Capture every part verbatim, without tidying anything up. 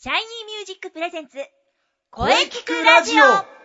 シャイニーミュージックプレゼンツ声聞くラジオ。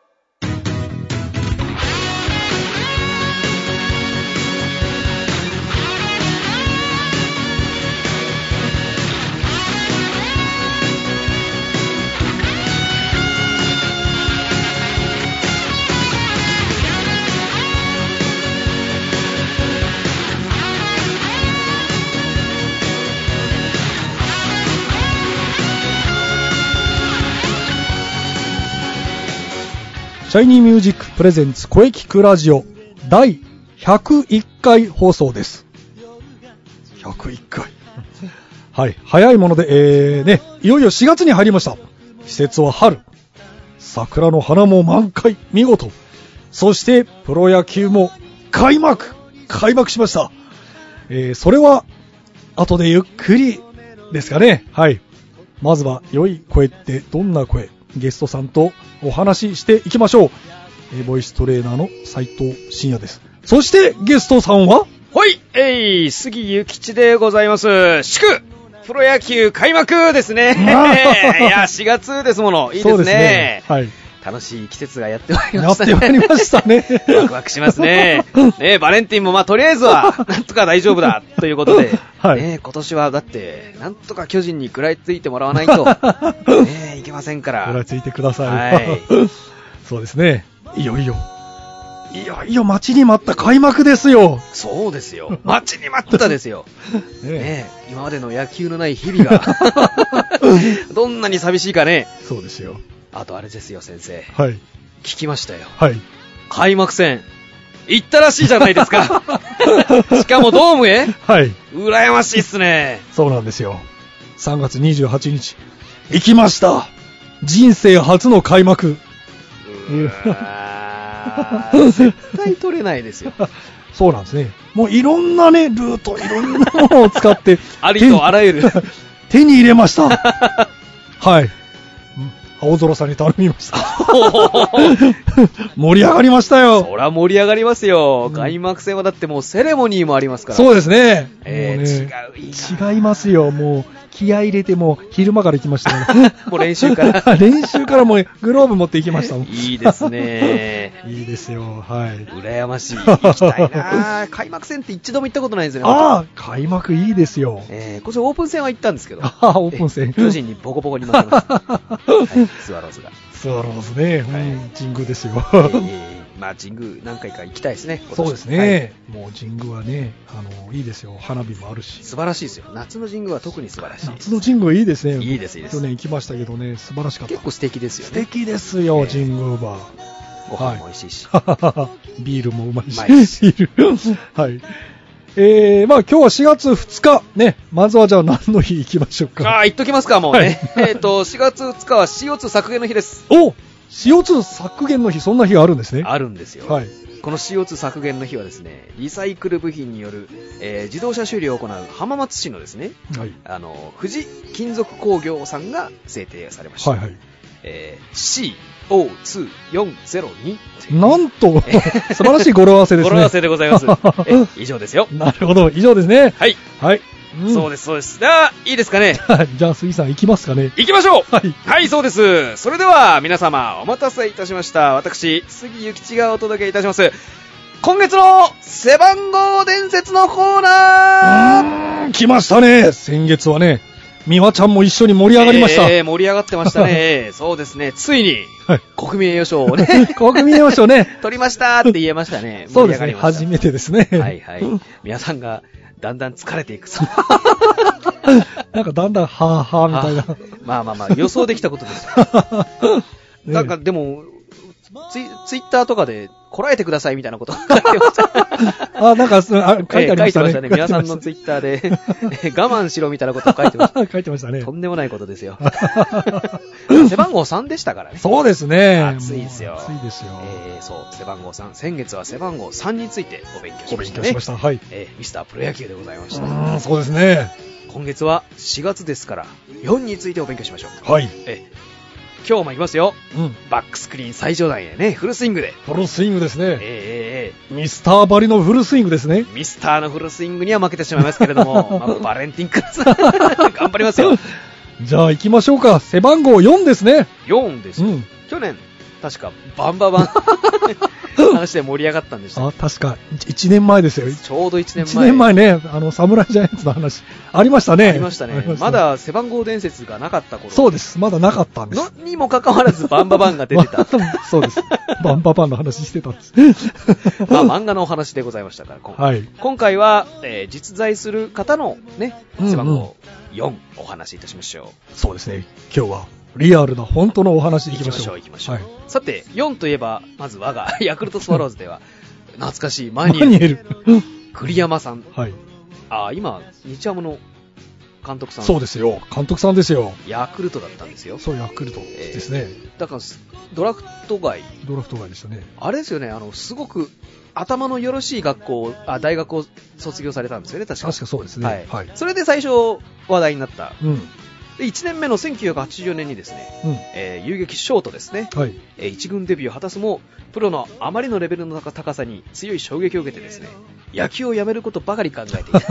シャイニーミュージックプレゼンツ声聞くラジオだいひゃくいっかい放送です。ひゃくいっかいはい、早いもので、えーね、いよいよしがつに入りました。季節は春、桜の花も満開、見事。そしてプロ野球も開幕開幕しました。えー、それは後でゆっくりですかね。はい、まずは良い声ってどんな声、ゲストさんとお話ししていきましょう。えー、ボイストレーナーの斉藤真也です。そしてゲストさんは、 はい、えい、杉ゆきちでございます。祝プロ野球開幕ですね。いやしがつですもの。いいですね。そうですね、はい、楽しい季節がやってまいりましたね。 やってまいりましたね。 ワクワクしますね。ね、バレンティンもまあとりあえずはなんとか大丈夫だということで、はい、ね、今年はだってなんとか巨人に食らいついてもらわないと、ね、いけませんから。 食らいついてください。はい、そうですね。いよいよいよいよ待ちに待った開幕ですよ。 そうですよ。待ちに待ったですよ。ねね、今までの野球のない日々がどんなに寂しいかね。 そうですよ。 あとあれですよ先生。 はい。 聞きましたよ。 はい。 開幕戦行ったらしいじゃないですか。しかもドームへ。 はい。 羨ましいっすね。 そうなんですよ。さんがつにじゅうはちにち行きました。人生初の開幕。 うわ絶対取れないですよ。 そうなんですね。もういろんなねルート、いろんなものを使ってありとあらゆる手に入れました。はい。青空さんに頼みました。盛り上がりましたよ。 そりゃ盛り上がりますよ、うん、開幕戦はだってもうセレモニーもありますから。 そうですね。 えー、 もうね違う、いいな。 違いますよ。もう気合い入れてもう昼間から行きましたね。 もう練習から練習からもうグローブ持って行きましたもん。 いいですね。 いいですよ。はい。 羨ましい。行きたいな。開幕戦って一度も行ったことないんですよね。 ああ、開幕いいですよ。 えー、こっちオープン戦は行ったんですけど。 ああ、オープン戦。 巨人にボコボコに負けました。はい、スワローズが。 スワローズね、はい、うん、神宮ですよ。 えー、まあ神宮何回か行きたいですね。 そうですね、はい、もう神宮はね、あのいいですよ。花火もあるし素晴らしいですよ。夏の神宮は特に素晴らしい。 夏の神宮いいですね。 いいです、いいです。 去年行きましたけどね、素晴らしかった。 結構素敵ですよね。 素敵ですよ、えー、神宮は。 ご飯も美味しいし、 はい、ビールもうまいし、 うまいしビールはい。えー、まあ今日はしがつふつかね、まずはじゃあ何の日行きましょうか。 ああ、言っときますか、もうね。はい、えっとしがつふつかは シーオーツー 削減の日です。 お、シーオーツー 削減の日、そんな日があるんですね。 あるんですよ。はい。この シーオーツー 削減の日はですね、リサイクル部品による、えー、自動車修理を行う浜松市のですね、はい、あの富士金属工業さんが制定されました。はいはい。えー、シーオーツーよんぜろになんと素晴らしい語呂合わせですね。 語呂合わせでございます。え以上ですよ。 なるほど、以上ですね。 はいはい、うん、そうですそうです。ではいいですかね。 じゃあ杉さん行きますかね。 行きましょう。はい、はい、そうです。それでは皆様お待たせいたしました。私杉ゆきちがお届けいたします今月の背番号伝説のコーナー。 うーん、来ましたね。先月はね、美和ちゃんも一緒に盛り上がりました。 えー、盛り上がってましたね。そうですね、ついに、はい、国民栄誉賞をね国民栄誉賞ね取りましたって言えましたね。 そうですね、初めてですね。 はいはい。皆さんがだんだん疲れていくなんかだんだんはぁはぁみたいな。 まあまあまあ予想できたことです。ね、なんかでもツイ、ツイッターとかでこらえてくださいみたいなこと書いてました。 あ、なんかあ書いてありましたね。えー、書いてましたね。 皆さんのツイッターで我慢しろみたいなことを書いてました。 書いてましたね。 とんでもないことですよ。背番号さんでしたからね。 そうですね。 暑いですよ。 暑いですよ。 えー、そう、背番号さん。先月は背番号さんについてお勉強しましたね。 お勉強しました。はい。 えー、ミスタープロ野球でございました。 うーん、そうですね。 今月はしがつですからよんについてお勉強しましょう。 はい。 えー今日も行きますよ、うん、バックスクリーン最上段へね、フルスイングで。 フルスイングですね。 えー、えー、 ミスターばりのフルスイングですね。 ミスターのフルスイングには負けてしまいますけれども、まあ、バレンティンクラス頑張りますよ。 じゃあ行きましょうか。背番号よんですね。 よんですよ。うん、去年、確か、バンババン話で盛り上がったんでした。 あ、確か、いちねんまえですよ。 ちょうどいちねんまえ。 いちねんまえね、あの、侍ジャイアンツの話、ありましたね。 ありましたね。ま, まだ背番号伝説がなかった頃。 そうです。まだなかったんです。 のにもかかわらず、バンババンが出てた。 そうです。バンババンの話してたんです。 まあ、漫画のお話でございましたから、今回。はい、今回は、えー、実在する方のね、背番号よん、うんうん、お話しいたしましょう。そうですね。今日は。リアルな本当のお話でいきましょう。 行きましょう、行きましょう。はい、さて、よんといえば、まず我が、ヤクルトスワローズでは、懐かしいマニエル。マニエル。栗山さん。はい。あ、今、日ハムの監督さん。 そうですよ。監督さんですよ。 ヤクルトだったんですよ。 そう、ヤクルトですね。 えー、だから、ドラフト外。 ドラフト外でしたね。 あれですよね、あの、すごく、頭のよろしい学校、あ、大学を卒業されたんですよね、確か。 確かそうですね。はい。はい、 それで最初、話題になった。うん。でいちねんめのせんきゅうひゃくはちじゅうよねんにですね、うんえー、遊撃ショートですね、はいえー、一軍デビューを果たすもプロのあまりのレベルの高さに強い衝撃を受けてですね、野球をやめることばかり考えていた、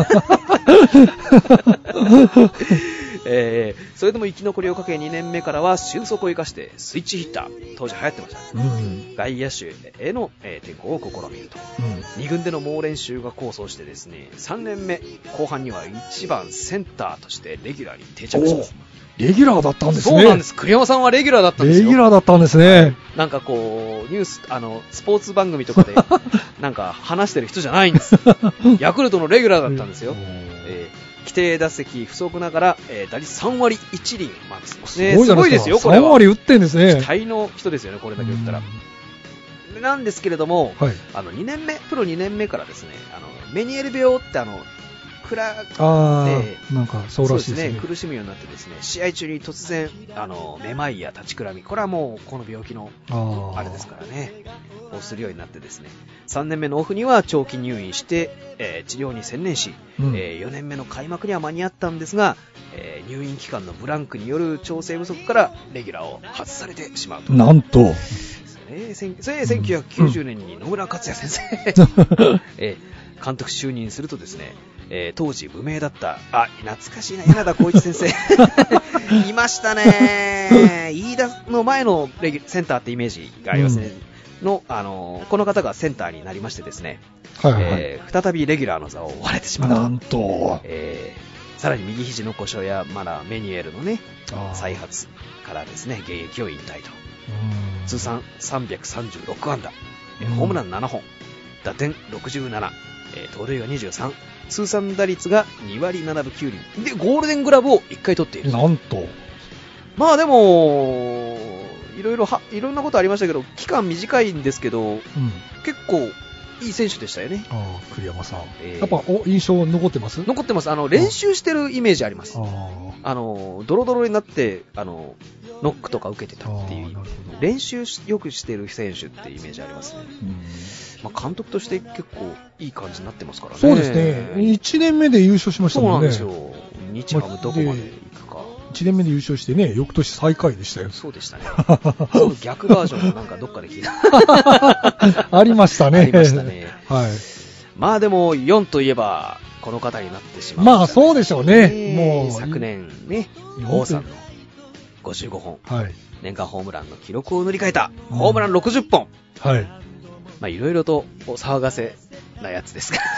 えー、それでも生き残りをかけにねんめからは俊足を生かしてスイッチヒッター、当時流行ってましたね、うん、外野手への、えー、転向を試みると、うん、に軍での猛練習が構想してですね、さんねんめ後半にはいちばんセンターとしてレギュラーに定着します。 レギュラーだったんですね。 そうなんです。栗山さんはレギュラーだったんですよ。 レギュラーだったんですね。 なんかこうニュース、あのスポーツ番組とかでなんか話してる人じゃないんです。ヤクルトのレギュラーだったんですよ。えー規定打席不足ながら、えー、打率さんわりいちりんマークしてます、ね、すごいですよ、これは。 さんわり打ってんですね。 期待の人ですよね、これだけ打ったら。なんですけれども、はい、あのにねんめ、プロにねんめからですね、あのメニエル病ってあの暗くて、 なんかそうらしいですね。 そうですね、苦しむようになってですね、試合中に突然あのめまいや立ちくらみ、これはもうこの病気のあれですからね、をするようになってですね、さんねんめのオフには長期入院して、えー、治療に専念し、うんえー、よねんめの開幕には間に合ったんですが、えー、入院期間のブランクによる調整不足からレギュラーを外されてしまうと。 なんと。 えー、それせんきゅうひゃくきゅうじゅうねんに野村克也先生、えー、監督就任するとですね、えー、当時無名だった、あ、懐かしいな、柳田浩一先生いましたね、飯田の前のレギセンターってイメージがありますね、うん、の、あのー、この方がセンターになりましてですね、はいはいはいえー、再びレギュラーの座を追われてしまった。 なんと、 えー、さらに右肘の故障やまだメニエルのね再発からですね、現役を引退と。通算さんびゃくさんじゅうろくあんだ、うん、ホームランななほん、打点ろくじゅうなな、えー、盗塁はにじゅうさん、通算打率がにわりななぶきゅうりんでゴールデングラブをいっかい取っている。 なんと。 まあでもいろいろはいろんなことありましたけど、期間短いんですけど、うん、結構いい選手でしたよね。 ああ、栗山さん、えー、やっぱお印象残ってます？ 残ってます。あの練習してるイメージあります。ああのドロドロになってあのノックとか受けてたっていう、練習よくしてる選手っていうイメージありますね。うん、まあ、監督として結構いい感じになってますからね。 そうですね。いちねんめで優勝しましたもんね。 そうなんですよ。日ハムどこまで行くか。 いちねんめで優勝してね、翌年最下位でしたよ。 そうでしたね。その逆バージョンもなんかどっかで聞いた。 ありましたね。 ありましたね。 はい。 まあでもよんといえばこの方になってしまう、 ね。まあそうでしょうね。もう昨年ね、王さんのごじゅうごほん、はい、年間ホームランの記録を塗り替えた、うん、ホームランろくじゅっぽん。はい。まあいろいろとお騒がせなやつですから。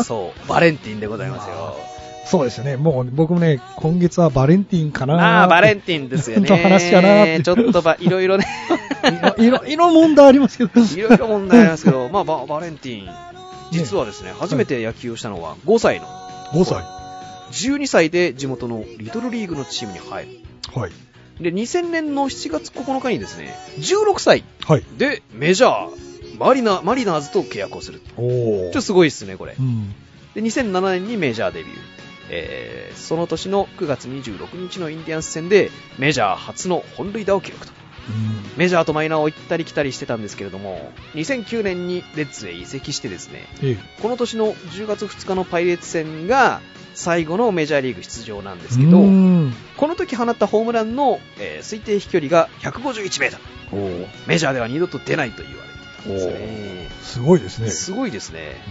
そう、バレンティンでございますよ。 そうですよね。もう僕もね、今月はバレンティンかな。 ああ、バレンティンですよね。 の話かなって。 ちょっとばいろいろね。 いろいろ問題ありますけど。 いろいろ問題ありますけど、まあバ、バレンティン、実はですね、ね初めて野球をしたのはごさいの。 ごさい。 じゅうにさいで地元のリトルリーグのチームに入る。はい。で、にせんねんのしちがつここのかにですね、じゅうろくさいでメジャー、マリナ、マリナーズと契約をする。おー。ちょっとすごいですね、これ。うん、で、にせんななねんにメジャーデビュー。えー、その年のくがつにじゅうろくにちのインディアンス戦でメジャー初の本塁打を記録と。うん、メジャーとマイナーを行ったり来たりしてたんですけれども、にせんきゅうねんにレッズへ移籍してですね、ええ、この年のじゅうがつふつかのパイレーツ戦が最後のメジャーリーグ出場なんですけど、この時放ったホームランの、えー、推定飛距離がひゃくごじゅういちメートル。メジャーでは二度と出ないと言われてたんですね。 すごいですね。 すごいですね。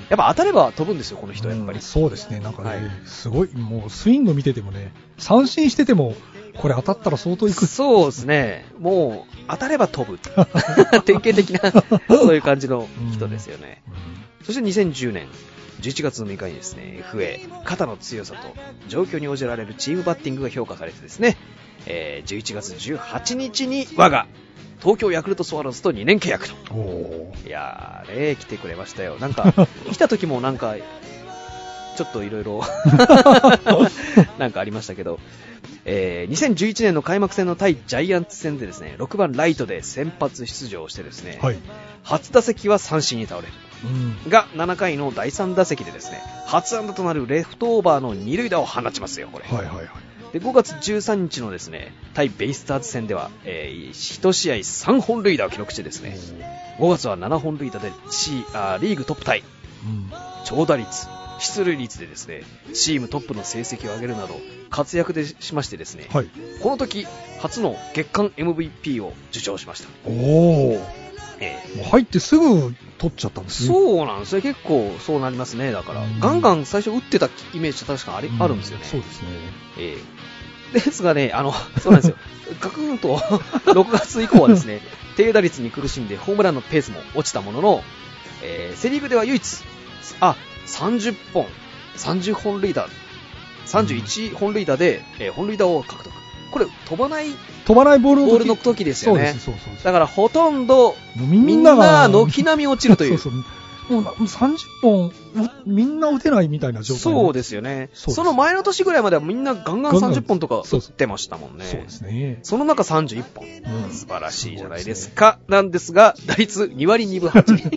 やっぱ当たれば飛ぶんですよ、この人はやっぱり。 うん、そうですね、なんかね、 はい、 すごい、もうスイング見ててもね、三振してても、これ当たったら相当いく。 そうですね、もう当たれば飛ぶ。典型的な、そういう感じの人ですよね。うんうん、そしてにせんじゅうねんじゅういちがつむいかにですね、エフエー、肩の強さと状況に応じられるチームバッティングが評価されてですね、えー、じゅういちがつじゅうはちにちに我が東京ヤクルトスワローズとにねん契約と。 おいやーね、来てくれましたよ。なんか来た時もなんかちょっといろいろなんかありましたけど、えー、にせんじゅういちねんの開幕戦の対ジャイアンツ戦でですね、ろくばんライトで先発出場してですね、はい、初打席は三振に倒れる、うん、がななかいのだいさん打席でですね、初安打となるレフトオーバーの二塁打を放ちますよ、これ。はいはいはい。でごがつじゅうさんにちのですね、対ベイスターズ戦では、えー、いち試合さんほん塁打を記録してですね、ごがつはななほん塁打でチあリーグトップタイ、うん、長打率、出塁率でですね、チームトップの成績を上げるなど活躍でしましてですね、はい、この時初の月間 エムブイピー を受賞しました。 おー、えー、もう入ってすぐ取っちゃったんですね。 そうなんですね、結構そうなりますね。だから、うん、ガンガン最初打ってたイメージ確かあり、うん、あるんですよね。 そうですね。 えーですがね、あの、そうなんですよ。ガクンとろくがつ以降はですね、低打率に苦しんでホームランのペースも落ちたものの、えー、セリーグでは唯一、あ、さんじゅっぽん、さんじゅっほん塁打、さんじゅういちほん塁打で、えー、本塁打を獲得。これ、飛ばない、 飛ばないボールの時、 ボールの時ですよね。 そうです、そうそうそう。 だからほとんど、 みんなが、 軒並み落ちるという。 そうそう。もうさんじゅっぽんみんな打てないみたいな状態。 そうですよね。 そ, その前の年ぐらいまではみんなガンガンさんじゅっぽんとか打ってましたもんね。 そうですね。 その中さんじゅういっぽん、うん、素晴らしいじゃないですか。すね、なんですが打率にわりにぶはちりん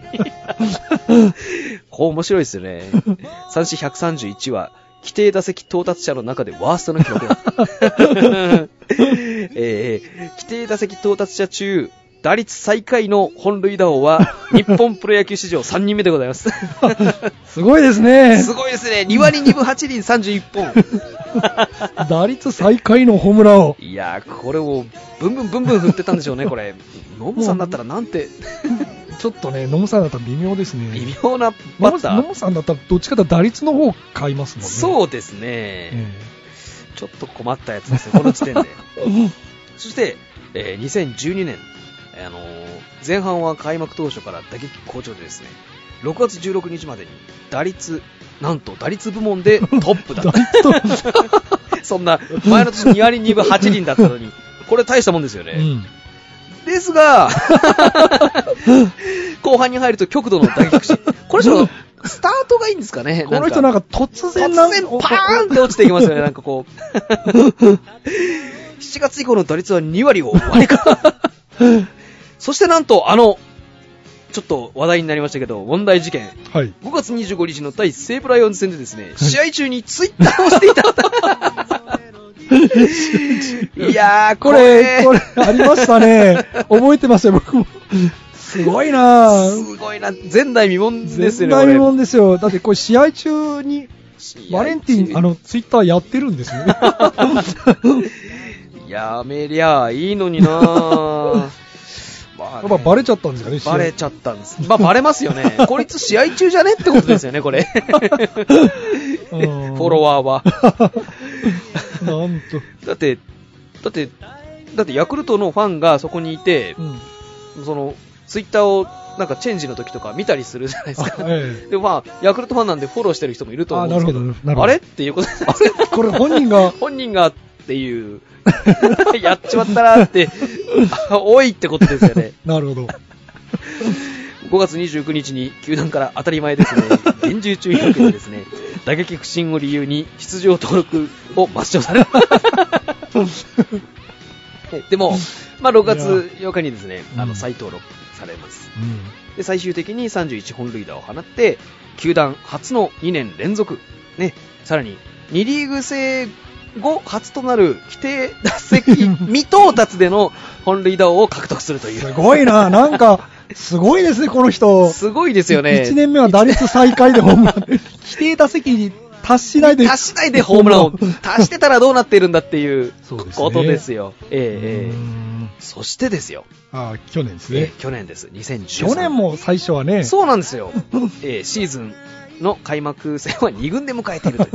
こう面白いですよね。三振ひゃくさんじゅういちは規定打席到達者の中でワーストの記録だ、えー、規定打席到達者中打率最下位の本塁打王は日本プロ野球史上さんにんめでございます。 すごいですね。 すごいですね。にわりにぶはちりんさんじゅういっぽん。 打率最下位のホームラン王。 いやー、これをブンブンブンブン振ってたんでしょうね、これ。ノムさんだったらなんて。 ちょっとね、ノムさんだったら微妙ですね。 微妙なバッター。 ノムさんだったらどっちかというと打率の方買いますもんね。 そうですね。えー、ちょっと困ったやつですね、この時点で。そして、えー、にせんじゅうにねん。あのー、前半は開幕当初から打撃好調でですね、ろくがつじゅうろくにちまでに打率、なんと打率部門でトップだったそんな前の年にわりにぶはちりんだったのに、これ大したもんですよね、うん、ですが後半に入ると極度の打撃不振。これちょっとスタートがいいんですかね。 この人なんか突然突然パーンって落ちていきますよね。なんかこうしちがつ以降の打率はにわりを割りかそしてなんとあのちょっと話題になりましたけど問題事件、はい、ごがつにじゅうごにちの対西武ライオンズ戦でですね、はい、試合中にツイッターをしていたいやーこれこれありましたね。覚えてますよ僕も。すごいなすごいな前代未聞ですよね。 前代未聞ですよ。だってこれ試合中にバレンティンあのツイッターやってるんですよね。 やめりゃいいのになぁ。まあね、 やっぱバレちゃったんですかね。 バレちゃったんです。まあバレますよね。こいつ試合中じゃねってことですよね、これ。フォロワーは。 なんと。 だって、だって、だってヤクルトのファンがそこにいて、うん、その、ツイッターをなんかチェンジの時とか見たりするじゃないですか。ええ、でもまあ、ヤクルトファンなんでフォローしてる人もいると思うんですけど、あ、なるほど、なるほど。あれっていうことです。あれこれ本人が。 本人がっていう。やっちまったなって多いってことですよね。 なるほど。 ごがつにじゅうくにちに球団から当たり前ですね、厳重注意を受けてですね、打撃不振を理由に出場登録を抹消される。でも、まあ、ろくがつようかにですね、あの再登録されます、うん、で最終的にさんじゅういちほん塁打を放って球団初のにねん連続、ね、さらににリーグ制後初となる規定打席未到達での本塁打王を獲得するという。 すごいな、なんかすごいですねこの人。 すごいですよね。 いちねんめは打率最下位でホームラン。規定打席に達しないで達しないでホームランを達してたらどうなっているんだっていうことですよ。すね、えー、えー、そしてですよ。 ああ、去年ですね、 えー、去年です。にせんじゅうさんねん。 去年も最初はね。 そうなんですよ。えー、シーズンの開幕戦はに軍で迎えているという。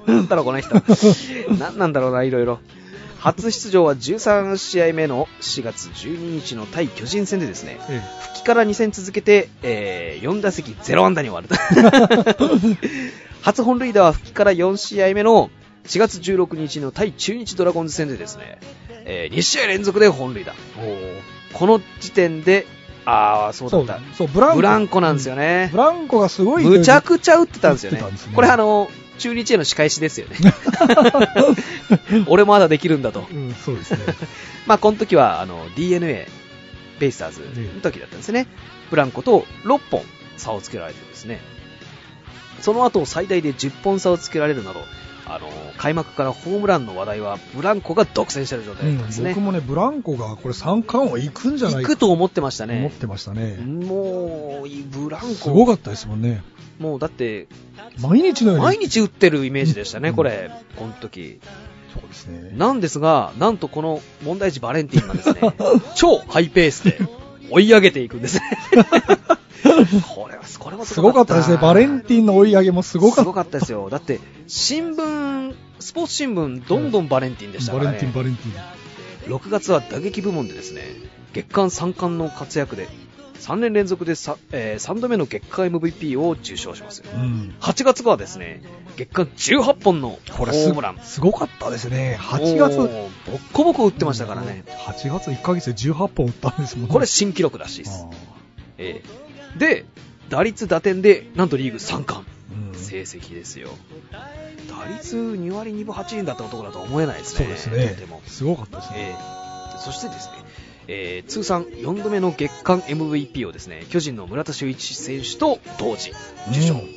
なんだろう、この人。なんなんだろうな、いろいろ。初出場はじゅうさん試合目のしがつじゅうににちの対巨人戦でですね、ええ、復帰からに戦続けて、えー、よん打席ゼロ安打に終わると。初本塁打は復帰からよん試合目のしがつじゅうろくにちの対中日ドラゴンズ戦でですね、えー、に試合連続で本塁打。この時点で、ああ、そうだった。 そう、そうブランコ。 ブランコなんですよね。 ブランコがすごい。 むちゃくちゃ打ってたんですよね。 ねこれあの、中日への仕返しですよね。俺もまだできるんだと。 うん、そうですね。 まあ、この時は、あの、ディーエヌエー、ベイスターズの時だったんですね。ブランコとろっぽん差をつけられてですね。その後、最大でじゅっぽん差をつけられるなど、あの、開幕からホームランの話題は、ブランコが独占している状態だったんですね。 うん、僕もね、ブランコがこれ三冠王行くんじゃないか。 行くと思ってましたね。 思ってましたね。 もう、ブランコ。 すごかったですもんね。 もうだって、 毎日のように。 毎日打ってるイメージでしたね、うん、これ、この時。 そうですね。 なんですが、なんとこの問題児バレンティンがですね、超ハイペースで追い上げていくんですね。これは、これもすごかったですね。バレンティンの追い上げもすごかった。 すごかったですよ。だって、新聞、スポーツ新聞、どんどんバレンティンでしたからね。 バレンティン、バレンティン。 ろくがつは打撃部門でですね、月間さん冠の活躍で、さんねん連続で さ,、えー、さんどめの月間 エムブイピー を受賞しますよ、うん、はちがつはですね月間じゅうはっぽんのホームラン。 すごかったですね。はちがつボッコボコ打ってましたからね。 はちがついっかげつでじゅうはっぽん打ったんですもんね。 これ新記録らしいです、えー、で打率打点でなんとリーグさん冠、うん、成績ですよ。打率にわりにぶはちりんだった男だとは思えないですね。 そうですね。とてもすごかったですね、 えー、そしてですねえー、通算よんどめの月間 エムブイピー をですね巨人の村田修一選手と同時受賞、うんうん、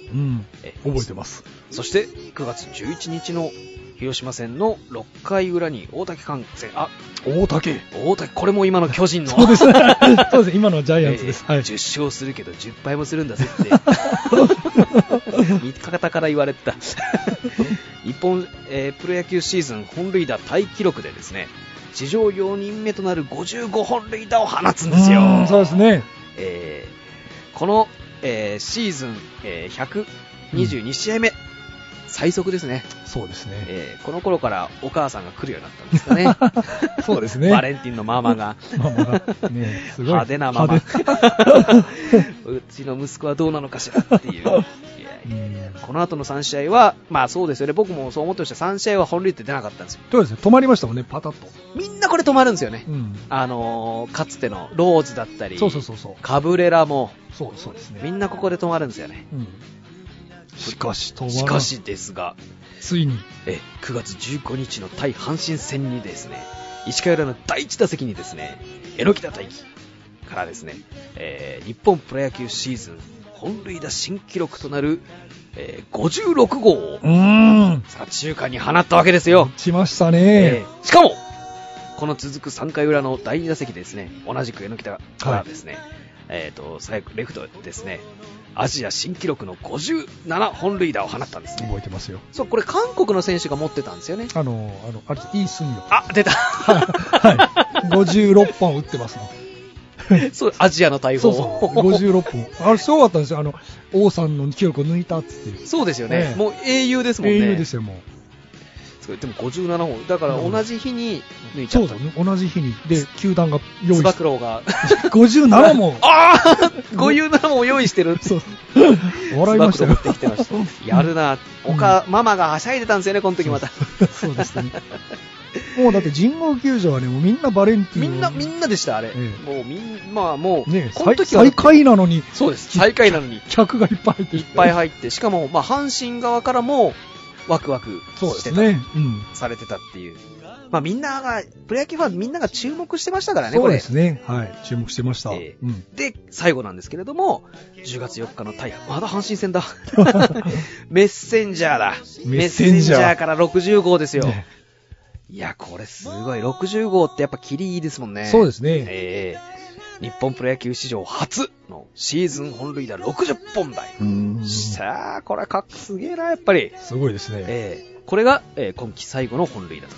え覚えてます。 そしてくがつじゅういちにちの広島戦のろっかい裏に大竹観戦、あ大竹大竹これも今の巨人のそうですそうです今のはジャイアンツです、 えーはい、じゅっしょうするけどじゅっぱいもするんだぜって味方から言われてた日本、えー、プロ野球シーズン本塁打タイ記録でですね史上よにんめとなるごじゅうごほん塁打を放つんですよ。 そうですね、 えー、この、えー、シーズン、えー、ひゃくにじゅうに試合目、うん、最速ですね。 そうですね、 えー、この頃からお母さんが来るようになったんですかね。 そうですね。 バレンティンのママがママが、ね、すごい派手なママうちの息子はどうなのかしらっていう。この後のさん試合はまあそうですよね。僕もそう思ってました。さん試合は本塁打出なかったんですよ。 そうですね。止まりましたもんね。パタッとみんなこれ止まるんですよね、 うん、 あのー、かつてのローズだったり、 そうそうそうそう、 カブレラもそうそうですね。 みんなここで止まるんですよね、うん、 しかし止まらしかしですがついにえくがつじゅうごにちの対阪神戦にですね石川浦のだいいち打席にですね榎田大輝からですね、えー、日本プロ野球シーズン本塁打新記録となる、えー、ごじゅうろくごうを左中間に放ったわけですよ。 打ちましたね、 えー、しかもこの続くさんかい裏のだいに打席でですね同じく榎田からですね、はい、えーと最後レフトですねアジア新記録のごじゅうななほん塁打を放ったんですね。 覚えてますよ。 そう、これ韓国の選手が持ってたんですよね。 あのあのあれイースンヨ。 あ、出た。 はい。ごじゅうろっぽん打ってますの。 そう、アジアの大砲。 そうそう。ごじゅうろっぽん。あれすごかったんですよ。あの王さんの記録を抜いたっつって。 そうですよね。ねもう英雄ですもんね。 英雄ですよもう。 でもごじゅうななほんだから同じ日に抜いちゃった、 そうだね、同じ日にで球団が用意してつば九郎がごじゅうななもんああごじゅうななもん用意してる。 そう笑いましたよ。 つば九郎持ってきてましたやるな、おか、うん、ママがはしゃいでたんですよねこの時また。 そうですね。もうだって神宮球場はねもうみんなバレンティンみんなみんなでしたあれ、ええ、もうみんまあもう、 ね、この時は最下位なのにそうです最下位なのに客がいっぱい入っていっぱい入ってしかもまあ阪神側からもワクワクしてた、 ねうん、 されてたっていう、まあ、みんながプロ野球ファンみんなが注目してましたからね。 そうですね、はい、注目してました、 えーうん、で最後なんですけれどもじゅうがつよっかの対まだ阪神戦だメッセンジャーだメッセンジャーからろくじゅうごうですよ、ね、いやこれすごいろくじゅうごうってやっぱキリいいですもんね。 そうですね、 えー日本プロ野球史上初のシーズン本塁打ろくじゅっぽん台。さあ、これはかっすげえな、やっぱり。 すごいですね。 えー、これが、えー、今季最後の本塁打となったと。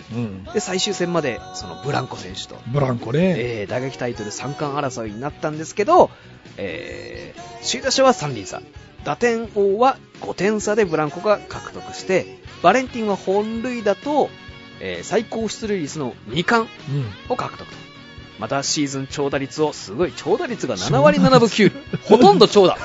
うん、 で最終戦までそのブランコ選手とブランコね、 えー、打撃タイトルさん冠争いになったんですけど、えー、首位打者はさんりん差、打点王はごてん差でブランコが獲得して、バレンティンは本塁打と、えー、最高出塁率のに冠を獲得と、うん、またシーズン長打率をすごい長打率がななわりななぶきゅうりほとんど長打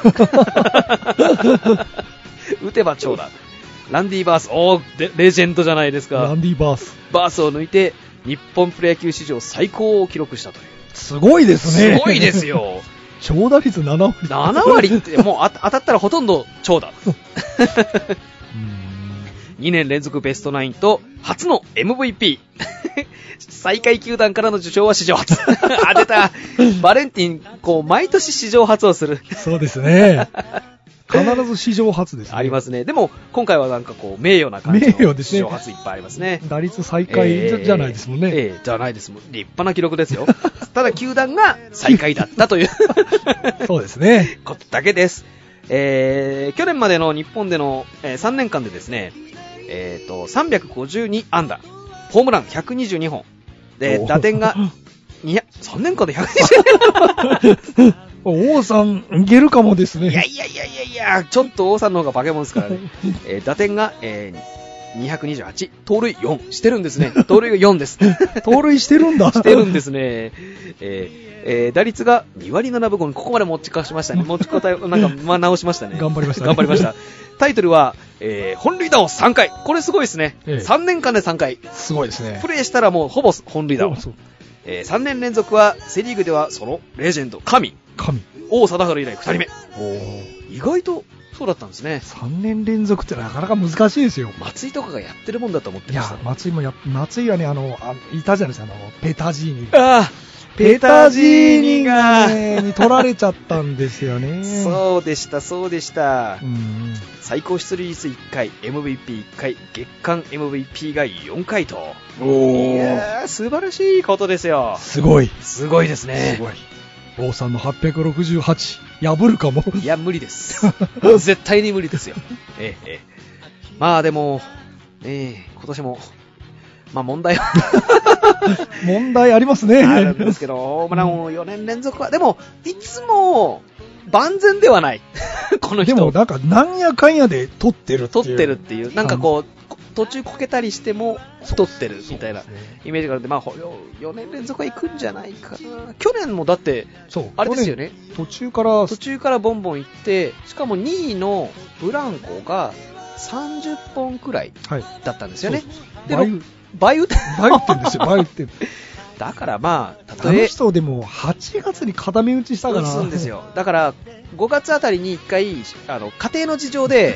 打てば長打。ランディ・バース、おーレジェンドじゃないですか。 ランディ・バースバースを抜いて日本プロ野球史上最高を記録したという。 すごいですね。 すごいですよ。 長打率ななわり。 ななわりってもうあ当たったらほとんど長打にねん連続ベストナインと初の エムブイピー 最下位球団からの受賞は史上初あ、出た。バレンティンこう毎年史上初をする。 そうですね。必ず史上初ですね。 ありますね。でも今回はなんかこう名誉な感じの史上初いっぱいありますね。 打率最下位じゃ、えー、じゃないですもんね。 ええー、じゃないですもん。立派な記録ですよ。ただ球団が最下位だったというそうですね。 ことだけです。えー、去年までの日本での、えー、さんねんかんでですね、えーとさんびゃくごじゅうにあんだ、ホームランひゃくにじゅうにほんで、打点がにひゃくさんねんかんでひゃくにじゅうにほん王さんいけるかもですね。 いやいやいやいやいや、ちょっと王さんの方が化け物ですからね。えー、打点が、えー、にひゃくにじゅうはち、盗塁よんしてるんですね。盗塁がよんです。 盗塁してるんだ。 してるんですね。えーえー、打率がにわりななぶごにここまで持ち越しましたね。持ちこたえなんかまあ直しましたね。 頑張りました、ね。 頑張りました。タイトルは、えー、本塁打をさんかい。これすごいですね。ええ、さんねんかんでさんかい。 すごいですね。 プレーしたらもうほぼ本塁打を。えー、さんねん連続はセリーグではそのレジェンド神。 神。 王貞治以来ふたりめ。お意外とそうだったんですね。 さんねん連続ってなかなか難しいですよ。 松井とかがやってるもんだと思ってました、ね。 いや、松井もや、松井はね、あの、あいたじゃないですか、あの、ペタジーニ。 ああ、ペタジーニが、 ね、に取られちゃったんですよね。 そうでした、そうでした。 うん、 最高出塁率いっかい、エムブイピーいっかい、月間 エムブイピー がよんかいと。 おー。 いやー、素晴らしいことですよ。 すごい。 すごいですね。 すごい。王さんのはっぴゃくろくじゅうはち破るかも。 いや無理です絶対に無理ですよ。ええええ、まあでも、ええ、今年もまあ問題は問題ありますね。 あるんですけど、ホームランをよねん連続はでもいつも万全ではないこの人。 でもなんかなんやかんやで取ってるっていう。 取ってるっていうなんかこう。途中こけたりしても取ってるみたいなイメージがあるんで、まあ、よねん連続は行くんじゃないかな。去年もだってあれですよね、 途中から途中からボンボン行って、しかもにいのブランコがさんじゅっぽんくらいだったんですよね。 はい、 で倍打って倍打ってんですよ。倍打ってだからまあ、 たとえあの人でもはちがつに固め打ちしたから打つんですよ。だからごがつあたりにいっかいあの家庭の事情で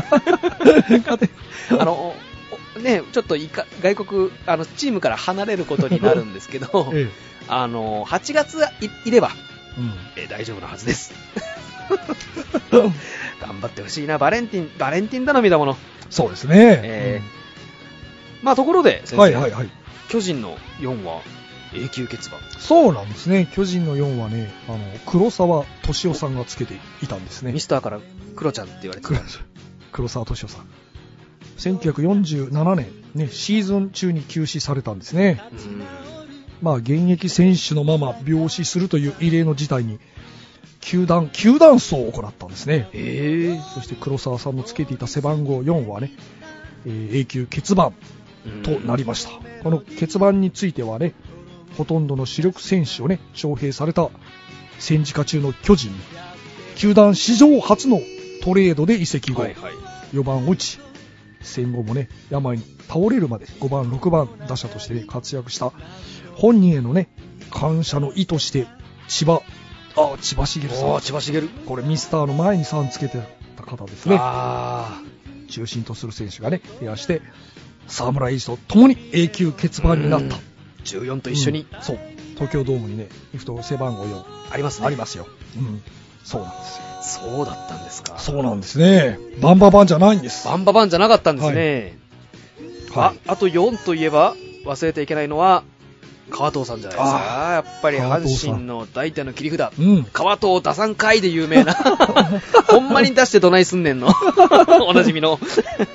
あのね、ちょっといか外国あのチームから離れることになるんですけど、ええ、あのはちがつ い, いれば、うんえー、大丈夫なはずです頑張ってほしいな。バレンティンバレンティン頼みだもの。 そうですね、 えーうん、まあところで先生、 はいはいはい、 巨人のよんは永久欠番。 そうなんですね。巨人のよんはね、あの黒沢敏夫さんがつけていたんですね。 ミスターから黒ちゃんって言われてた黒沢敏夫さん、せんきゅうひゃくよんじゅうななねん、ね、シーズン中に休止されたんですね。うんまあ、現役選手のまま病死するという異例の事態に球団球団葬を行ったんですね。 えー、 そして黒沢さんのつけていた背番号よんはね、えー、永久欠番となりました。この欠番についてはね、ほとんどの主力選手をね招聘された戦時下中の巨人に球団史上初のトレードで移籍後、はいはい、よばんを打ち、戦後もね病に倒れるまでごばんろくばん打者として、ね、活躍した本人へのね感謝の意として千葉あ千葉茂さん、 千葉茂これミスターの前にさんつけてた方ですね。 あ中心とする選手がねペアして沢村イースとともに永久欠番になった。 じゅうよんと一緒に、 うん、そう東京ドームにね行くと背番号よんありますね。 ありますよ、うん、そうなんですよ。 そうだったんですか。 そうなんですね。バンババンじゃないんです。 バンババンじゃなかったんですね、はいはい、あ, あとよんといえば忘れていけないのは川藤さんじゃないですか。やっぱり阪神の大体の切り札、うん、川藤打算会で有名なほんまに出してどないすんねんのおなじみの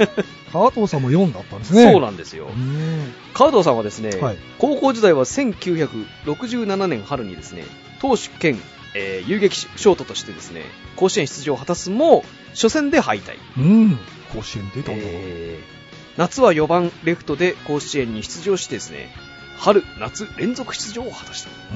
川藤さんもよんだったんですね。 そうなんですよ。川藤さんはですね、はい、高校時代はせんきゅうひゃくろくじゅうななねん春にですね、投手兼、えー、遊撃ショートとしてですね、甲子園出場を果たすも、初戦で敗退。 うん。甲子園出たんだ、 えー、夏はよばんレフトで甲子園に出場してですね、春、夏連続出場を果たした。 うん。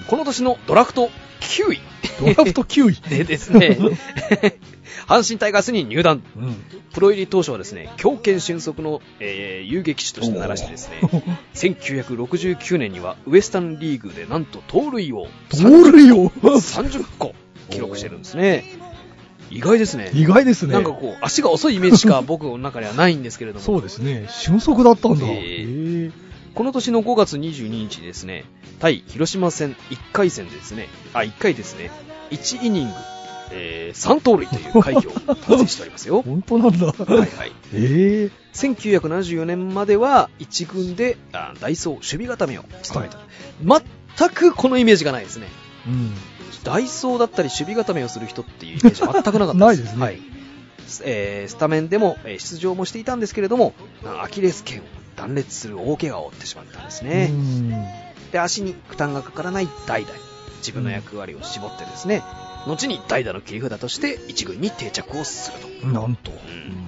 この年のドラフトきゅうい。 ドラフトきゅういでですね、阪神タイガースに入団、うん、プロ入り当初はですね、強肩俊足の、えー、遊撃手として鳴らしてですね、せんきゅうひゃくろくじゅうきゅうねんにはウエスタンリーグでなんと盗塁を盗塁をさんじゅっこ記録してるんですね。意外ですね。 意外ですね。 なんかこう足が遅いイメージしか僕の中にはないんですけれども。 そうですね。俊足だったんだ。 えー、この年のごがつにじゅうににちですね、対広島戦いっかい戦でですね、あいっかいですね、いちイニング。えー、さん盗塁という快挙を達成しておりますよ。 本当なんだ。 はいはい。 えー、 せんきゅうひゃくななじゅうよねんまでは一軍であダイソー守備固めを務めた、はい。全くこのイメージがないですね。 うん、 ダイソーだったり守備固めをする人っていうイメージは全くなかったです。 ないですね。 はい。えー、スタメンでも出場もしていたんですけれども、アキレス腱を断裂する大怪我を負ってしまったんですね。 うん、 で、足に負担がかからない代々自分の役割を絞ってですね、後に代打の切り札として一軍に定着をすると。 なんと、うん、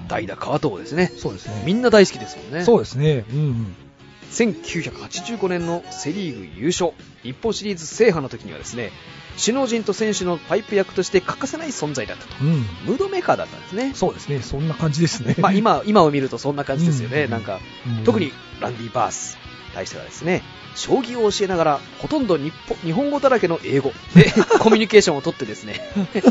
代打川藤ですね。 そうですね。 みんな大好きですもんね。 そうですね。うんうん、 せんきゅうひゃくはちじゅうごねんのセリーグ優勝、日本シリーズ制覇の時にはですね、首脳陣と選手のパイプ役として欠かせない存在だったと、うん、ムードメーカーだったんですね。 そうですね。そんな感じですね。 まあ今今を見るとそんな感じですよね。うん、なんか、うん、特にランディ・バースに対してはですね、将棋を教えながらほとんど日本、日本語だらけの英語でコミュニケーションをとってですね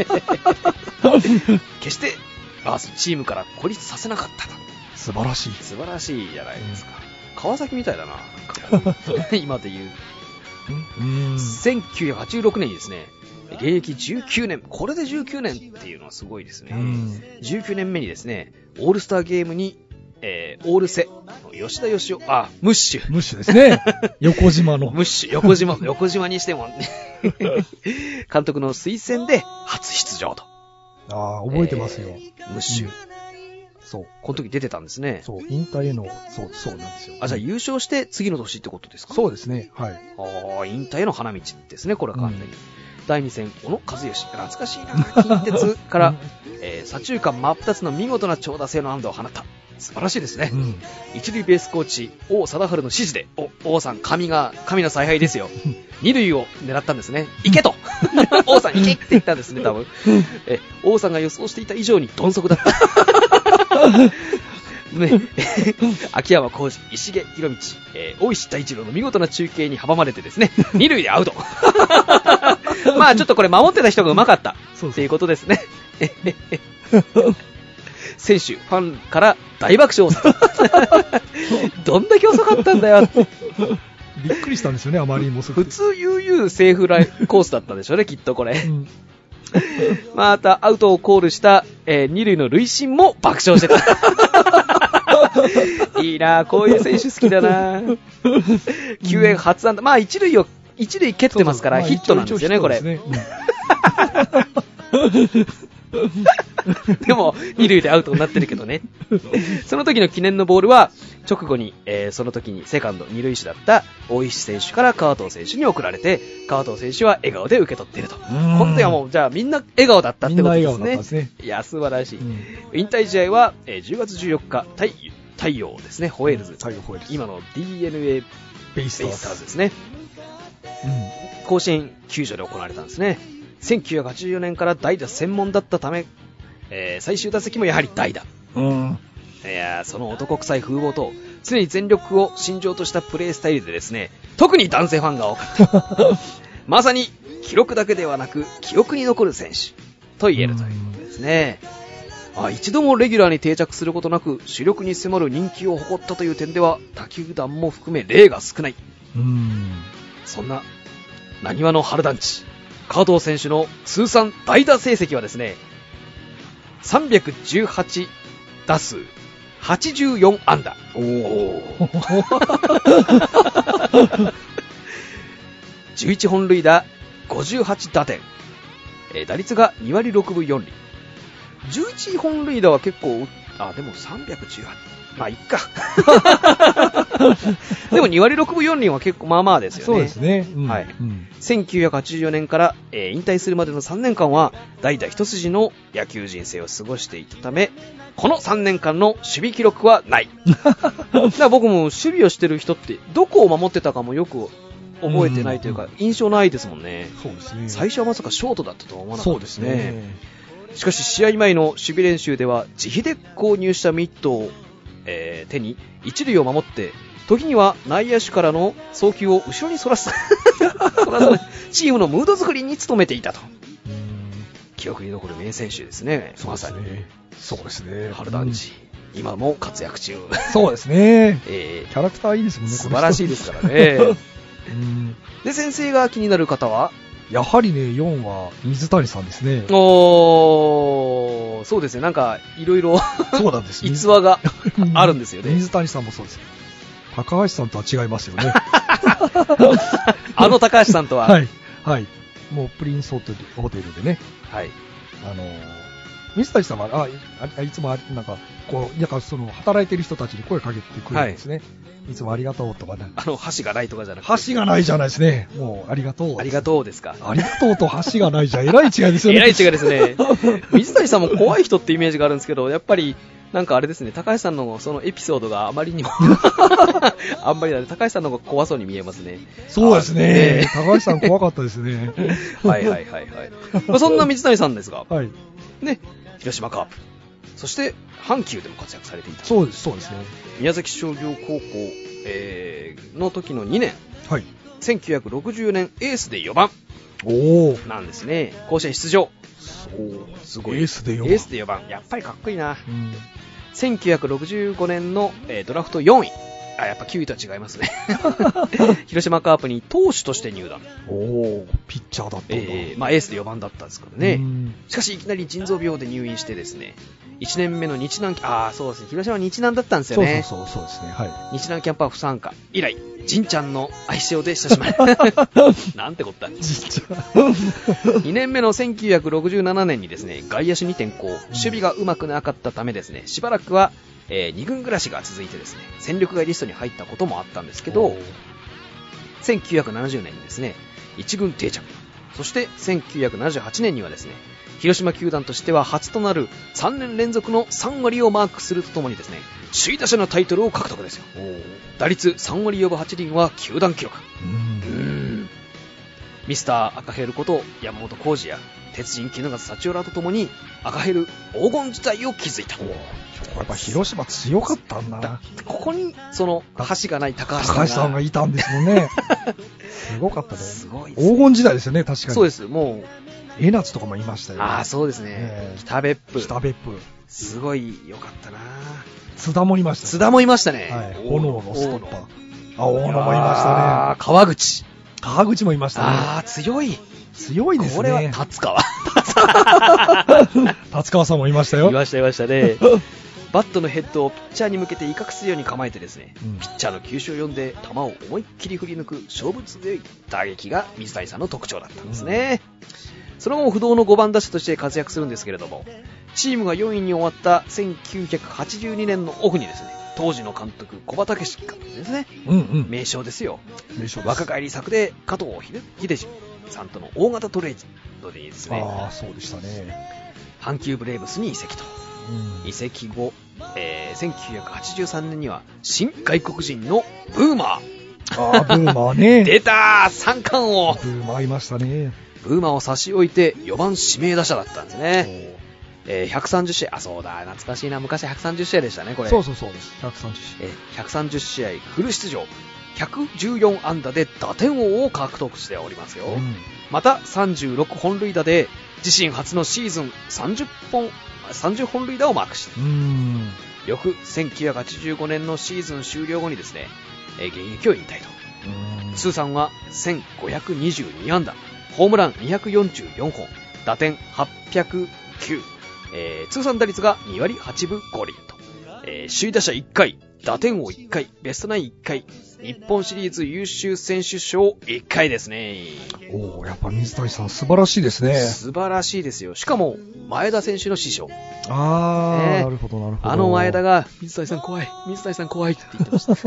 決してバースチームから孤立させなかったと。 素晴らしい素晴らしいじゃないですか、うん、川崎みたいだな、なんか今で言ううんせんきゅうひゃくはちじゅうろくねんにですね、現役じゅうきゅうねん、これでじゅうきゅうねんっていうのはすごいですね、うん、じゅうきゅうねんめにですね、オールスターゲームにえー、オールセ吉田義雄、あ、ムッシュムッシュですね。横島のムッシュ、横島横島にしても監督の推薦で初出場と。 ああ、覚えてますよ、 えー、ムッシュ、うん、そうこの時出てたんですね。 そう、引退へのそうそうなんですよ。 あ、じゃあ優勝して次の年ってことですか。 そうですね、はい。 ああ、引退への花道ですね、これは完全に、うん、だいに戦、小野和義、懐かしいな、近鉄から、えー、左中間真っ二つの見事な長打性の安打を放った。素晴らしいですね、うん、一塁ベースコーチ王貞治の指示で、お王さん神が神の采配ですよ二塁を狙ったんですね。行けと王さん行けって言ったんですね、多分え王さんが予想していた以上に鈍足だったね、秋山浩二、石毛博道、えー、大石大一郎の見事な中継に阻まれてですね、二塁でアウトまあちょっとこれ守ってた人がうまかったっていうことですね選手、ファンから大爆笑どんだけ遅かったんだよびっくりしたんですよね、あまりにも遅くて。 普通悠々セーフライコースだったでしょうね、きっとこれ、うん、またアウトをコールした、えー、二塁の塁審も爆笑してたいいな、こういう選手好きだな救援初安打、まあ一塁を一塁蹴ってますから、そうそう、まあ、ヒットなんですよね、これ、うんでも二塁でアウトになってるけどねその時の記念のボールは直後に、えー、その時にセカンド二塁手だった大石選手から川藤選手に送られて、川藤選手は笑顔で受け取っていると。本当はもうじゃあみんな笑顔だったってことですね。みんな笑顔だったんですね。いや素晴らしい、うん、引退試合は、えー、じゅうがつじゅうよっか太太陽ですね、ホエールズ、 太陽ホエールズ、 今の ディーエヌエー ベイスターズですね、うん、甲子園球場で行われたんですね。せんきゅうひゃくはちじゅうよねんから代打専門だったため、えー、最終打席もやはり代打、 うん、 いやその男臭い風貌と常に全力を信条としたプレースタイルでですね、特に男性ファンが多かったまさに記録だけではなく記憶に残る選手と言えるということですね、うん、あ一度もレギュラーに定着することなく主力に迫る人気を誇ったという点では他球団も含め例が少ない、 うん、 そんな浪速の春団地川藤選手の通算代打成績はですね、さんびゃくじゅうはち打数はちじゅうよん安打、おじゅういち本塁打ごじゅうはち打点、えー、打率がにわりろくぶよんり、じゅういち本塁打は結構あ、でもさんびゃくじゅうはち、まあ、いっか。でもにわりろくぶよんりんは結構まあまあですよね。 そうですね。うん、 はい、 うん。 せんきゅうひゃくはちじゅうよねんから、えー、引退するまでのさんねんかんは代打一筋の野球人生を過ごしていたため、このさんねんかんの守備記録はない。だから僕も守備をしてる人ってどこを守ってたかもよく覚えてないというか、印象ないですもんね。 そうですね。 最初はまさかショートだったとは思わなかったですね。 そうですね。 しかし試合前の守備練習では自費で購入したミットを、えー、手に一塁を守って、時には内野手からの送球を後ろにそらすそらすチームのムード作りに努めていたと。 うん、 記憶に残る名選手ですね。 そうですね。そうですね。 春団治、うん、今も活躍中。 そうですね。 えー、 キャラクターいいですもんね。 素晴らしいですからね。 うん、 で、先生が気になる方はやはりね、よんは水谷さんですね。 おー、そうですね。なんかいろいろそうなんです。 逸話があるんですよね。 水谷さんもそうです。高橋さんとは違いますよね。 あの高橋さんとは。 はい。はい。もうプリンスホテル、ホテルでね。 はい。 あのー、水谷さんは、あ、あいつもあ、なんか、こう、なんかその、働いてる人たちに声かけてくれるんですね。はい、いつもありがとうとかね。 あの、箸がないとかじゃなくて。 箸がないじゃないですね。もう、ありがとう。 ありがとうですか。 ありがとうと箸がないじゃ、えらい違いですよね。 えらい違いですね。水谷さんも怖い人ってイメージがあるんですけど、やっぱり、なんかあれですね、高橋さんのそのエピソードがあまりにもあんまりだね、高橋さんの方が怖そうに見えますね。 そうですね。ね、高橋さん怖かったですね。 はいはいはいはい。まあ、そんな水谷さんですが、 はい。 ね、広島カープ、そして阪急でも活躍されていた。 そうです、そうですね。 宮崎商業高校、えー、の時のにねん、 はい。 せんきゅうひゃくろくじゅうねんエースでよばんなんですね。甲子園出場。 そうすごい。 エースでよばん。 エースでよばん。やっぱりかっこいいな。 うん、 せんきゅうひゃくろくじゅうごねんの、えー、ドラフトよんい。あ、やっぱきゅういとは違いますね。広島カープに投手として入団。 おー、ピッチャーだったんだ。 えー、まあエースでよばんだったんですからね。しかしいきなり腎臓病で入院してですね、いちねんめの日南、ああ、そうですね、広島は日南だったんですよね。 そうそうそう、そうですね、はい。 日南キャンプは不参加。以来、ジンちゃんの愛称で親しまれなんてこった。 ジンちゃん。 にねんめのせんきゅうひゃくろくじゅうななねんにですね、外野手に転向、守備がうまくなかったためですね、しばらくは、えー、に軍暮らしが続いてですね、戦力外リストに入ったこともあったんですけど、せんきゅうひゃくななじゅうねんにですね、いち軍定着。そしてせんきゅうひゃくななじゅうはちねんにはですね、広島球団としては初となるさんねん連続のさんわりをマークするとともにですね、首位打者のタイトルを獲得ですよ。打率さんわりよぶはちりんは球団記録。うーんミスター赤ヘルこと山本浩二や鉄人衣笠幸男らとともに赤ヘル黄金時代を築いた。 やっぱ広島強かったんだな。 ここにその箸がない高橋さんが高橋さんがいたんですもんね。すごかったね。 すごいですね。 黄金時代ですよね、確かに。 そうです。もう江夏とかもいましたよ、ね。 ああ、そうですね。えー、北別府。 北別府。 すごい良かったな。 津田もいました、ね。 津田もいましたね。 はい。炎のストッパー。あ、大野もいましたね。あ川口。 川口もいましたね。 ああ、強い。 強いですね。 これは達川。 達川さんもいましたよ。 いましたいましたね。バットのヘッドをピッチャーに向けて威嚇するように構えてですね、うん、ピッチャーの球種を読んで球を思いっきり振り抜く勝負強い打撃が水谷さんの特徴だったんですね。うん、その後不動のごばん打者として活躍するんですけれども、チームがよんいに終わったせんきゅうひゃくはちじゅうにねんのオフにですね、当時の監督小畑武史監督ですね、うんうん、名将ですよ。名将です。若返り作で加藤秀治さんとの大型トレードでですね、 ああそうでしたね、 阪急ブレーブスに移籍と、うん、移籍後、えー、せんきゅうひゃくはちじゅうさんねんには新外国人のブーマー、 ああブーマーね出たー三冠王。 ブーマーいましたね。 ブーマーを差し置いてよばん指名打者だったんですね。えー、ひゃくさんじゅっしあい、あ、そうだ、懐かしいな、昔ひゃくさんじゅっしあいでしたね、これ。 そうそうそうです、ひゃくさんじゅっしあい。 えー、ひゃくさんじゅっしあいフル出場、ひゃくじゅうよんあんだで打点王を獲得しておりますよ。うん、またさんじゅうろくほんるいだで自身初のシーズンさんじゅっぽん、さんじゅっほんるいだをマークして、うーん、翌せんきゅうひゃくはちじゅうごねんのシーズン終了後にですね、えー、現役を引退と。通算はせんごひゃくにじゅうにあんだ、ホームランにひゃくよんじゅうよんほん、打点はっぴゃくきゅう、えー、通算打率がにわりはちぶごりんと、 えー、首位打者いっかい、打点王いっかい、ベストナインいっかい、日本シリーズ優秀選手賞いっかいですね。 おー、やっぱ水谷さん素晴らしいですね。 素晴らしいですよ。しかも前田選手の師匠。 あー、 ね、 なるほどなるほど。 あの前田が水谷さん怖い、水谷さん怖いって言ってました。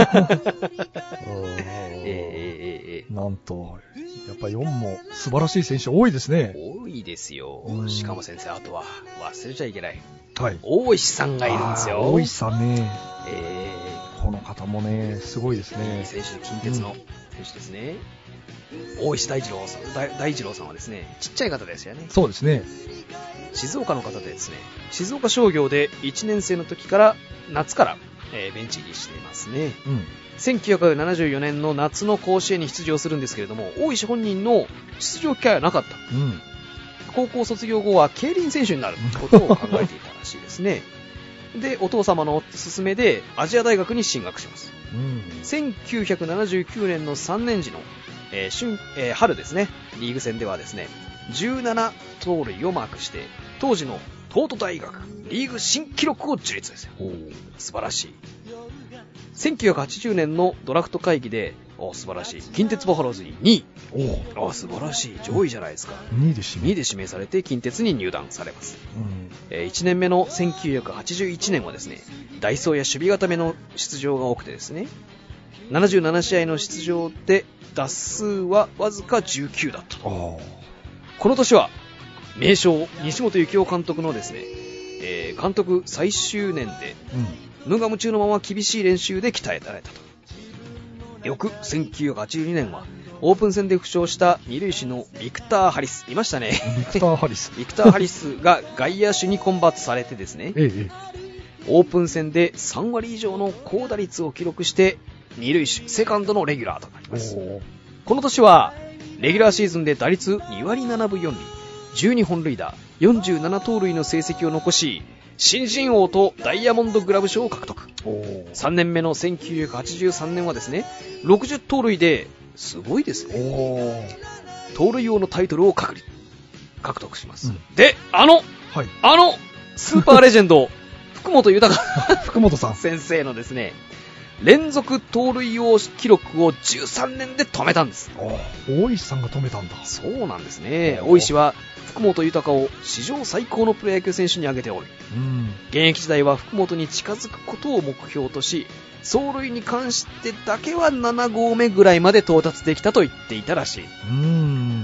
えーえーえー、 なんとやっぱよんも素晴らしい選手多いですね。 多いですよ。しかも先生、あとは忘れちゃいけない。 はい。 大石さんがいるんですよ。 大石さんね。 えー、この方もね、すごいですね。 いい選手、近鉄の選手ですね。うん、大石大二郎さん、大、大二郎さんはですね、ちっちゃい方ですよね。 そうですね。 静岡の方でですね、静岡商業でいちねん生の時から夏から、えー、ベンチ入りしていますね。うん。せんきゅうひゃくななじゅうよねんの夏の甲子園に出場するんですけれども、大石本人の出場機会はなかった。うん。高校卒業後は競輪選手になることを考えていたらしいですね。で、お父様の勧めでアジア大学に進学します。うん、せんきゅうひゃくななじゅうきゅうねんのさんねん時の、えー春えー、春ですね、リーグ戦ではですね、じゅうなな盗塁をマークして、当時の東都大学リーグ新記録を樹立ですよ。素晴らしい。せんきゅうひゃくはちじゅうねんのドラフト会議で、お素晴らしい、近鉄バファローズににい、お素晴らしい、上位じゃないですか。 にいで指名、 にいで指名されて近鉄に入団されます。うんえー、いちねんめのせんきゅうひゃくはちじゅういちねんはですね、代走や守備固めの出場が多くてですね、ななじゅうななしあいの出場で打数はわずかじゅうきゅうだったと。この年は名将西本幸雄監督のですね、えー、監督最終年で、うん、無我夢中のまま厳しい練習で鍛えられたと。翌せんきゅうひゃくはちじゅうにねんはオープン戦で負傷した二塁手のビクター・ハリスいましたね。 ビクター・ハリスビクター・ハリスが外野手にコンバートされてですね、ええ、オープン戦でさんわり以上の高打率を記録して二塁手セカンドのレギュラーとなります。この年はレギュラーシーズンで打率にわりななぶよんり、じゅうにほんるいだ、よんじゅうななとうるいの成績を残し、新人王とダイヤモンドグラブ賞を獲得。さんねんめのせんきゅうひゃくはちじゅうさんねんはですね、ろくじゅうとうるいですごいですね。盗塁王のタイトルを獲得します。うん、で、あの、はい、あのスーパーレジェンド福本豊福本さん先生のですね、連続盗塁王記録をじゅうさんねんで止めたんです。 大石さんが止めたんだ。 そうなんですね。大石は福本豊を史上最高のプロ野球選手に挙げており、うん、現役時代は福本に近づくことを目標とし、走塁に関してだけはななごうめぐらいまで到達できたと言っていたらしい。うん、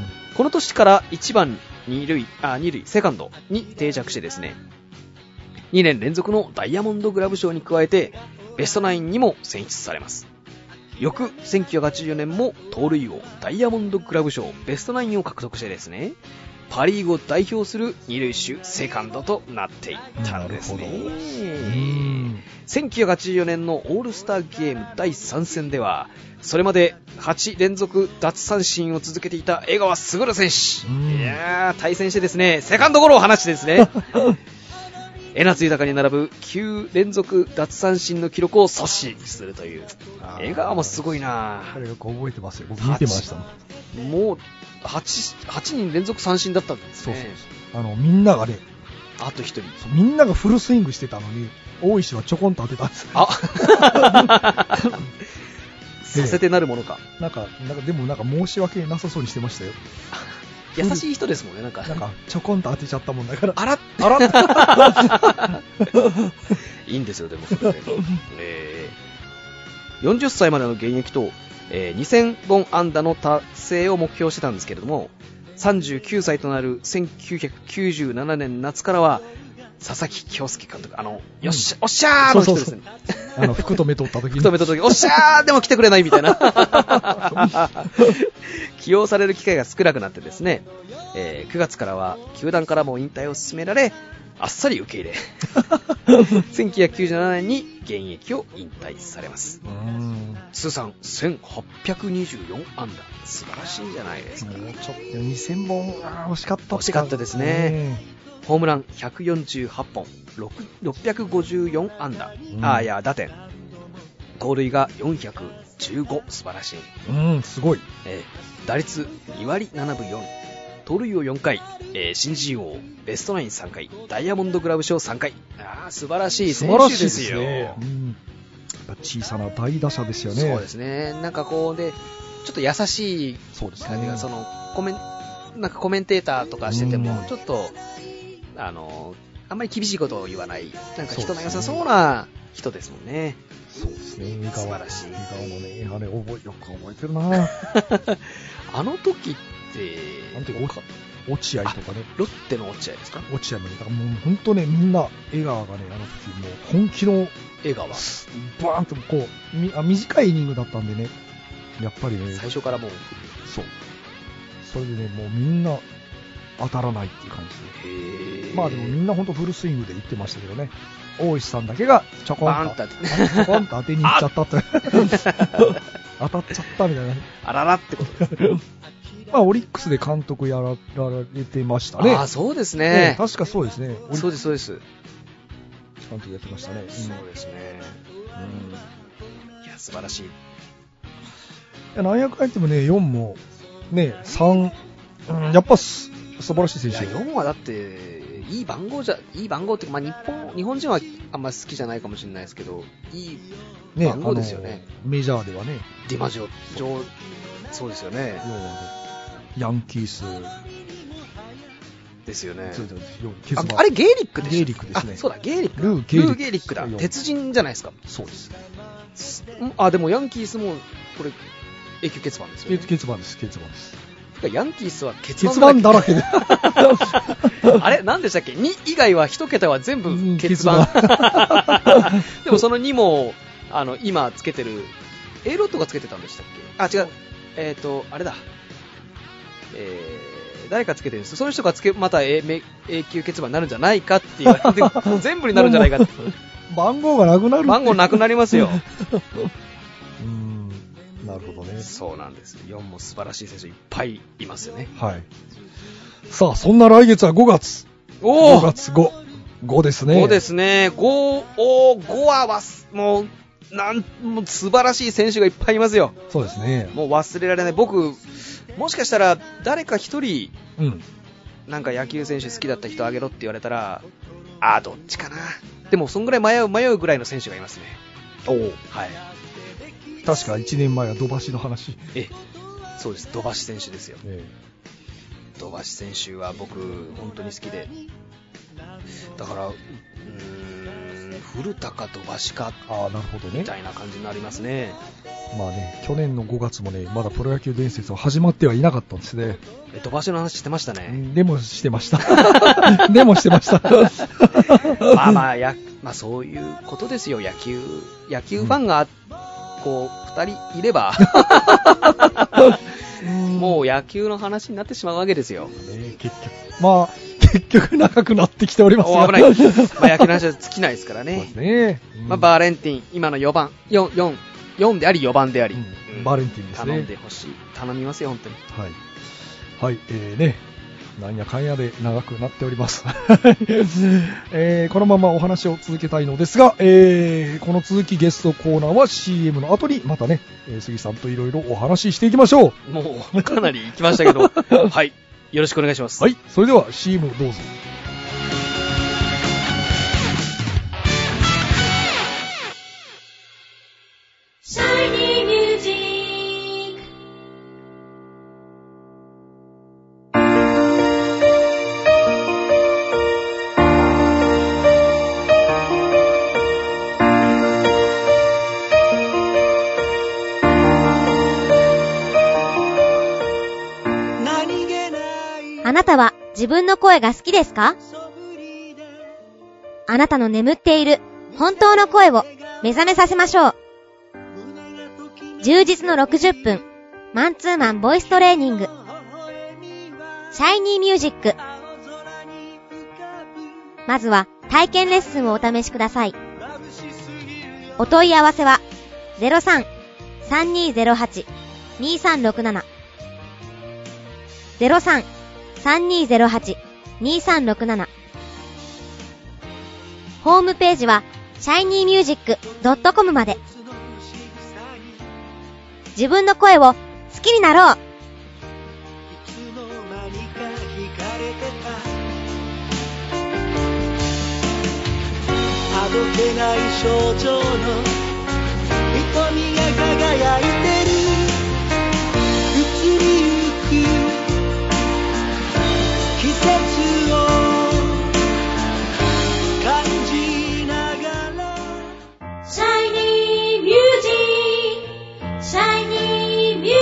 この年からいちばん二塁、あ、二塁、セカンドに定着してですね、にねん連続のダイヤモンドグラブ賞に加えてベストナインにも選出されます。翌せんきゅうひゃくはちじゅうねんも盗塁王、ダイヤモンドグラブ賞、ベストナインを獲得してですね、パリーグを代表する二塁手セカンドとなっていったんですね。せんきゅうひゃくはちじゅうよねんのオールスターゲームだいさんせんでは、それまではちれんぞく奪三振を続けていた江川卓選手、いやー対戦してですね、セカンドゴロを放してですね江夏豊に並ぶきゅうれんぞく奪三振の記録を阻止するという。江川もすごいな。 あれよく覚えてますよ。僕見てましたもん。もう 8, はちにん連続三振だったんですね。そうそうそう。あのみんながね、 あとひとり、 みんながフルスイングしてたのに大石はちょこんと当てたんです。 あさせてなるものか。 なんかなんかでもなんか申し訳なさそうにしてましたよ。 優しい人ですもんね。なんかなんかちょこんと当てちゃったもんだから、 あらあらいいんですよ。でもそれで、えー、よんじゅっさいまでの現役と、えー、にせんぼん安打の達成を目標してたんですけれども、さんじゅうきゅうさいとなるせんきゅうひゃくきゅうじゅうななねん夏からは佐々木京介監督、あの、よっしゃ、おっしゃーの人ですね。 そうそうそう、あの、福留取った時に。 福留取った時、おっしゃーでも来てくれないみたいな。起用される機会が少なくなってですね、えー、くがつからは球団からも引退を勧められ、あっさり受け入れ。せんきゅうひゃくきゅうじゅうななねんに現役を引退されます。うーん、通算せんはっぴゃくにじゅうよんあんだ。素晴らしいじゃないですか。 もうちょっとにせんぼん、あ惜しかった。 惜しかったですね。ホームランひゃくよんじゅうはっぽん、ろっぴゃくごじゅうよんあんだ、うん、あいや打点、盗塁がよんひゃくじゅうご、素晴らしい。 うん、すごい。 えー、打率にわりななぶよんり、 盗塁王よんかい、えー、新人王、ベストナインさんかい、ダイヤモンドグラブ賞さんかい。あー素晴らしい選手ですよ。 素晴らしいですね。うん、やっぱ小さな大打者ですよね。 そうですね。なんかこうでちょっと優しい感じが、そのコメンなんかコメンテーターとかしててもちょっとあのあんまり厳しいことを言わない、なんか人の良さそうな人ですもんね。 そうですね。 素晴らしい。 笑顔のね、あれ覚えよく覚えてるな。 あの時ってなんていうか落合とかね。 ロッテの落合ですか？ 落合もね、だからもう本当ね、みんな笑顔がね、あの時もう本気の笑顔はバーンとこうみあ短いイニングだったんでね、やっぱりね、 最初からもうそう。それでね、もうみんな当たらないっていう感じで。まあでもみんな本当フルスイングで言ってましたけどね。大石さんだけがちょこんとちょこんと当てに行っちゃったって当たっちゃったみたいな。 あららってことです。 まあオリックスで監督やられてましたね。 ああそうですね。ね確かそうですね。 そうですそうです。 監督やってましたね。 そうですね。うん。いや素晴らしい。いや何百回ってもねよんもねさん、うん、やっぱ素晴らしい選手。 よんはだっていい番号じゃいい番号っていうか、まあ、日本日本人はあんま好きじゃないかもしれないですけど、いい番号ですよね。ねメジャーではね。 ディマジョ上そうですよね。 ヤンキースですよね。 あ, あれゲーリックでしょ。 ゲーリックですね。 あそうだゲーリック。 ルーゲーリック。 ルーゲーリックだ。鉄人じゃないですか。 そうです。 あでもヤンキースもこれ永久欠番ですよね。 欠番です欠番です。 ヤンキースは欠番だらけであれ何でしたっけ？に以外は一桁は全部欠番でもそのにもあの今つけてる A ロットがつけてたんでしたっけ？あ違うえっ、ー、とあれだえー、誰かつけてるんです。その人がつけまた永久欠番になるんじゃないかって言われて全部になるんじゃないかって番号がなくなる。 番号なくなりますよ。 うーんなるほどね。 そうなんです。よんも素晴らしい選手いっぱいいますよね。 はい。さあそんな来月はごがつ。おお。ごがつご。ごですね。 ごですね。ごおごはわすもうなんもう素晴らしい選手がいっぱいいますよ。 そうですね。 もう忘れられない。僕もしかしたら誰か一人、 うん、 なんか野球選手好きだった人あげろって言われたら、あーどっちかな。でもそんぐらい迷う迷うぐらいの選手がいますね。 おお。 はい。 確かいちねんまえは土橋の話。 え、そうです。土橋選手ですよ。 ええ、土橋選手は僕本当に好きで、だからうーん古田か土橋かあなるほどねみたいな感じになりますね。 まあね去年のごがつもねまだプロ野球伝説は始まってはいなかったんですね。 え土橋の話してましたね。 でもしてましたでもしてましたまあまあや、まあ、そういうことですよ。野球野球ファンが、うんこうふたりいればもう野球の話になってしまうわけですよ、 ね、結局まあ結局長くなってきておりますが危ない、まあ、野球の話は尽きないですからね。 そうですね、うんまあ、バーレンティン今のよばん よん, 4, 4でありよばんであり、 うんうん、バーレンティンですね。 頼んでほしい頼みますよ本当に。 はい、はいえー、ねなんやかんやで長くなっております、えー、このままお話を続けたいのですが、えー、この続きゲストコーナーは シーエム の後にまたね、えー、杉さんといろいろお話ししていきましょう。もうかなり行きましたけどはいよろしくお願いします。 はい、それでは シーエム どうぞ。 あなたは自分の声が好きですか？あなたの眠っている本当の声を目覚めさせましょう。充実のろくじゅっぷんマンツーマンボイストレーニングシャイニーミュージック。まずは体験レッスンをお試しください。お問い合わせは ゼロさん さんにーゼロはち にーさんろくなな ゼロさん さんにーゼロはち にーさんろくなな。 ホームページは シャイニーミュージックドットコム まで。自分の声を好きになろう。 けない少女の瞳が輝いてる移りゆく季節を感じながら Shiny Music Shiny Music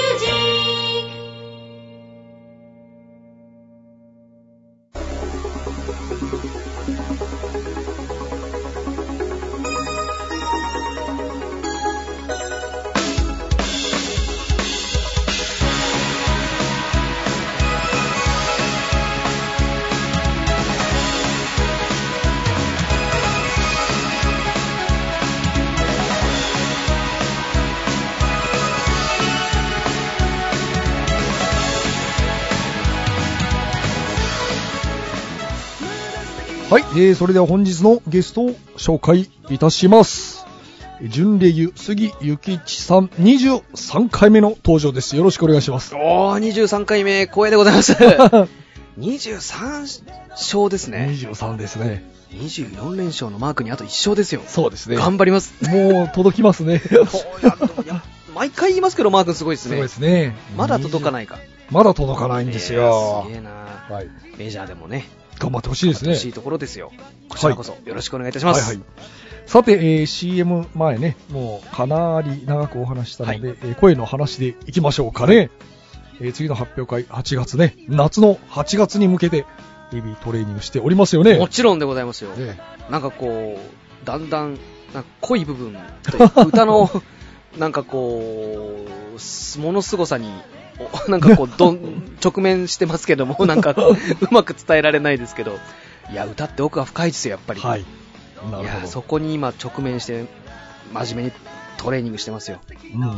はい、えー、それでは本日のゲストを紹介いたします。準レギュ杉ゆきちさんにじゅうさんかいめの登場です。よろしくお願いします。 おー、にじゅうさんかいめ光栄でございます。にじゅうさん勝ですね。 にじゅうさんですね。 にじゅうよん連勝のマークにあといっ勝ですよ。 そうですね。 頑張ります。 もう届きますね。 毎回言いますけどマー君すごいですね。 すごいですね。 まだ届かないか。 まだ届かないんですよ。 すげえな、 はい、 メジャーでもね。 頑張ってほしいですね。 欲しいところですよ。こちらこそよろしくお願いいたします。 はいはいはい、さて、えー、シーエム 前ね、もうかなり長くお話したので、はい、えー、声の話でいきましょうかね。はい、えー、次の発表会はちがつね、夏のはちがつに向けて日々トレーニングしておりますよね。 もちろんでございますよ。ね、なんかこうだんだんなんか濃い部分歌のなんかこうものすごさになんかこうどん直面してますけども、なんかうまく伝えられないですけど、いや歌って奥が深いですよやっぱり。はい。なるほど。いやそこに今直面して真面目にトレーニングしてますよ。 うん。はい。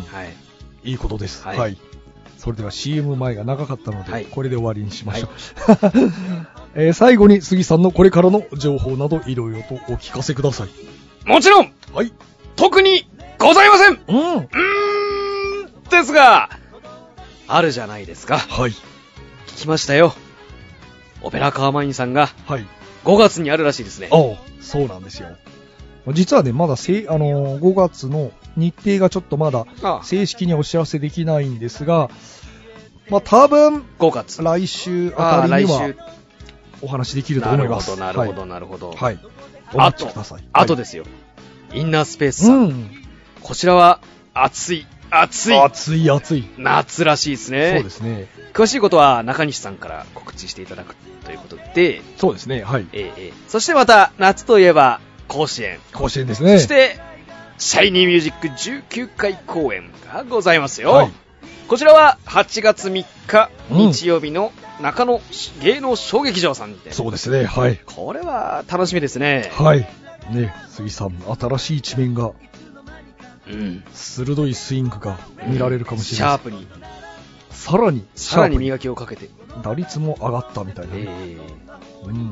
いいことです。はい。はい、それでは シーエム 前が長かったので、はい、これで終わりにしましょう。はいえー、最後に杉さんのこれからの情報などいろいろとお聞かせください。 もちろん。はい。特にございません。 うん。うーんですが。あるじゃないですか。 はい。 聞きましたよ。オペラカーマインさんが、 はい。 ごがつにあるらしいですね。 ああ、そうなんですよ。実はね、まだせ、あのー、ごがつの日程がちょっとまだ正式にはお知らせできないんですが、まあ多分、 ごがつ。 来週あたりにはお話できると思います。 なるほど、なるほど、なるほど。 はい。お待ちください。あとですよ。インナースペースさん。うん、こちらは熱い。暑い暑い暑い夏らしいですね。 そうですね。 詳しいことは中西さんから告知していただくということで、 そうですね。はい。 えー、そしてまた夏といえば甲子園甲子園ですね。 そしてシャイニーミュージックじゅうきゅうかい公演がございますよ。はい、こちらははちがつみっか、うん、日曜日の中野芸能小劇場さんで。 そうですね。はい。 これは楽しみですね。 はい。ね、杉さん新しい一面が。 うん、 鋭いスイングが見られるかもしれない、 うん、シャープにさらにさらに磨きをかけて打率も上がったみたいな、ねえーうん、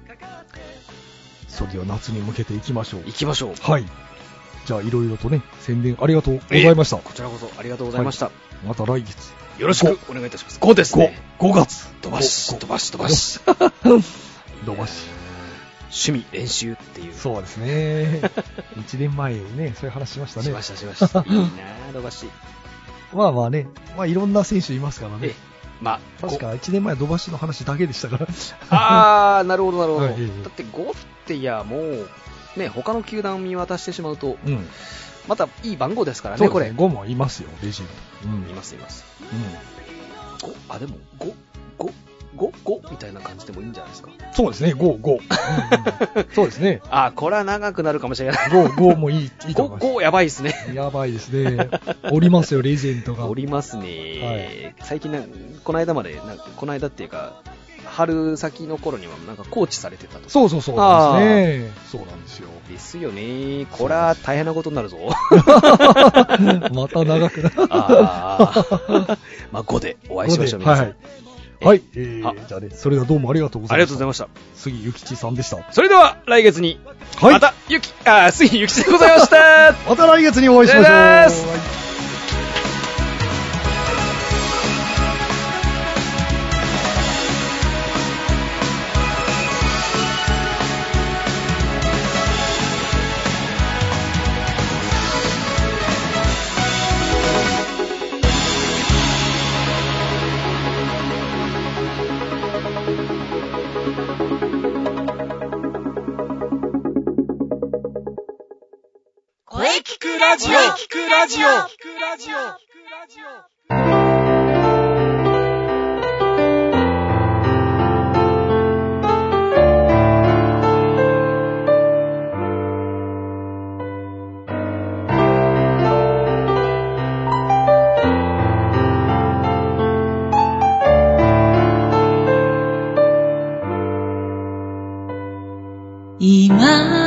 それでは夏に向けていきましょういきましょう。 はい。じゃあいろいろとね宣伝ありがとうございました、えー、 こちらこそありがとうございました、はい、 また来月よろしくお願いいたします。ごですね。 ごがつ飛ばし飛ばし飛ばし飛ばし趣味練習っていう。 そうですね。いちねんまえにね、そういう話しましたね。 しましたしました。いいなぁ、土橋。 まあまあね、まあいろんな選手いますからね。えまあ、 確かいちねんまえ土橋の話だけでしたから。 あー、なるほどなるほど。はい、だってごっていや、もう、ね、他の球団見渡してしまうと、うん、またいい番号ですからね、これ。 ごもいますよ、レジェンド。うん、いますいます。うん。ご、あ、でも、ご、ご、ご、ごみたいな感じでもいいんじゃないですか。 そうですね、ご、ご。うんうん、そうですね。 あ、これは長くなるかもしれない。 ご、ごもいい、いいと思います。 ご、ごやばいですね。 やばいですね。おりますよ、レジェンドが。 おりますね。はい、最近な、この間まで、なんかこの間っていうか、春先の頃にはなんかコーチされてたと。 そうそうそうなんですね。そうなんですよ。 ですよね。これは大変なことになるぞ。 また長くなる。 ああ。まあごでお会いしましょう、皆さん。はい。 はい。えー、じゃあね、それではどうもありがとうございました。 ありがとうございました。 杉ゆきちさんでした。 それでは来月に、はい、またゆき、あ、杉ゆきちでございました。 また来月にお会いしましょう。 ありがとうございます。 ラジオ聞くラジオ今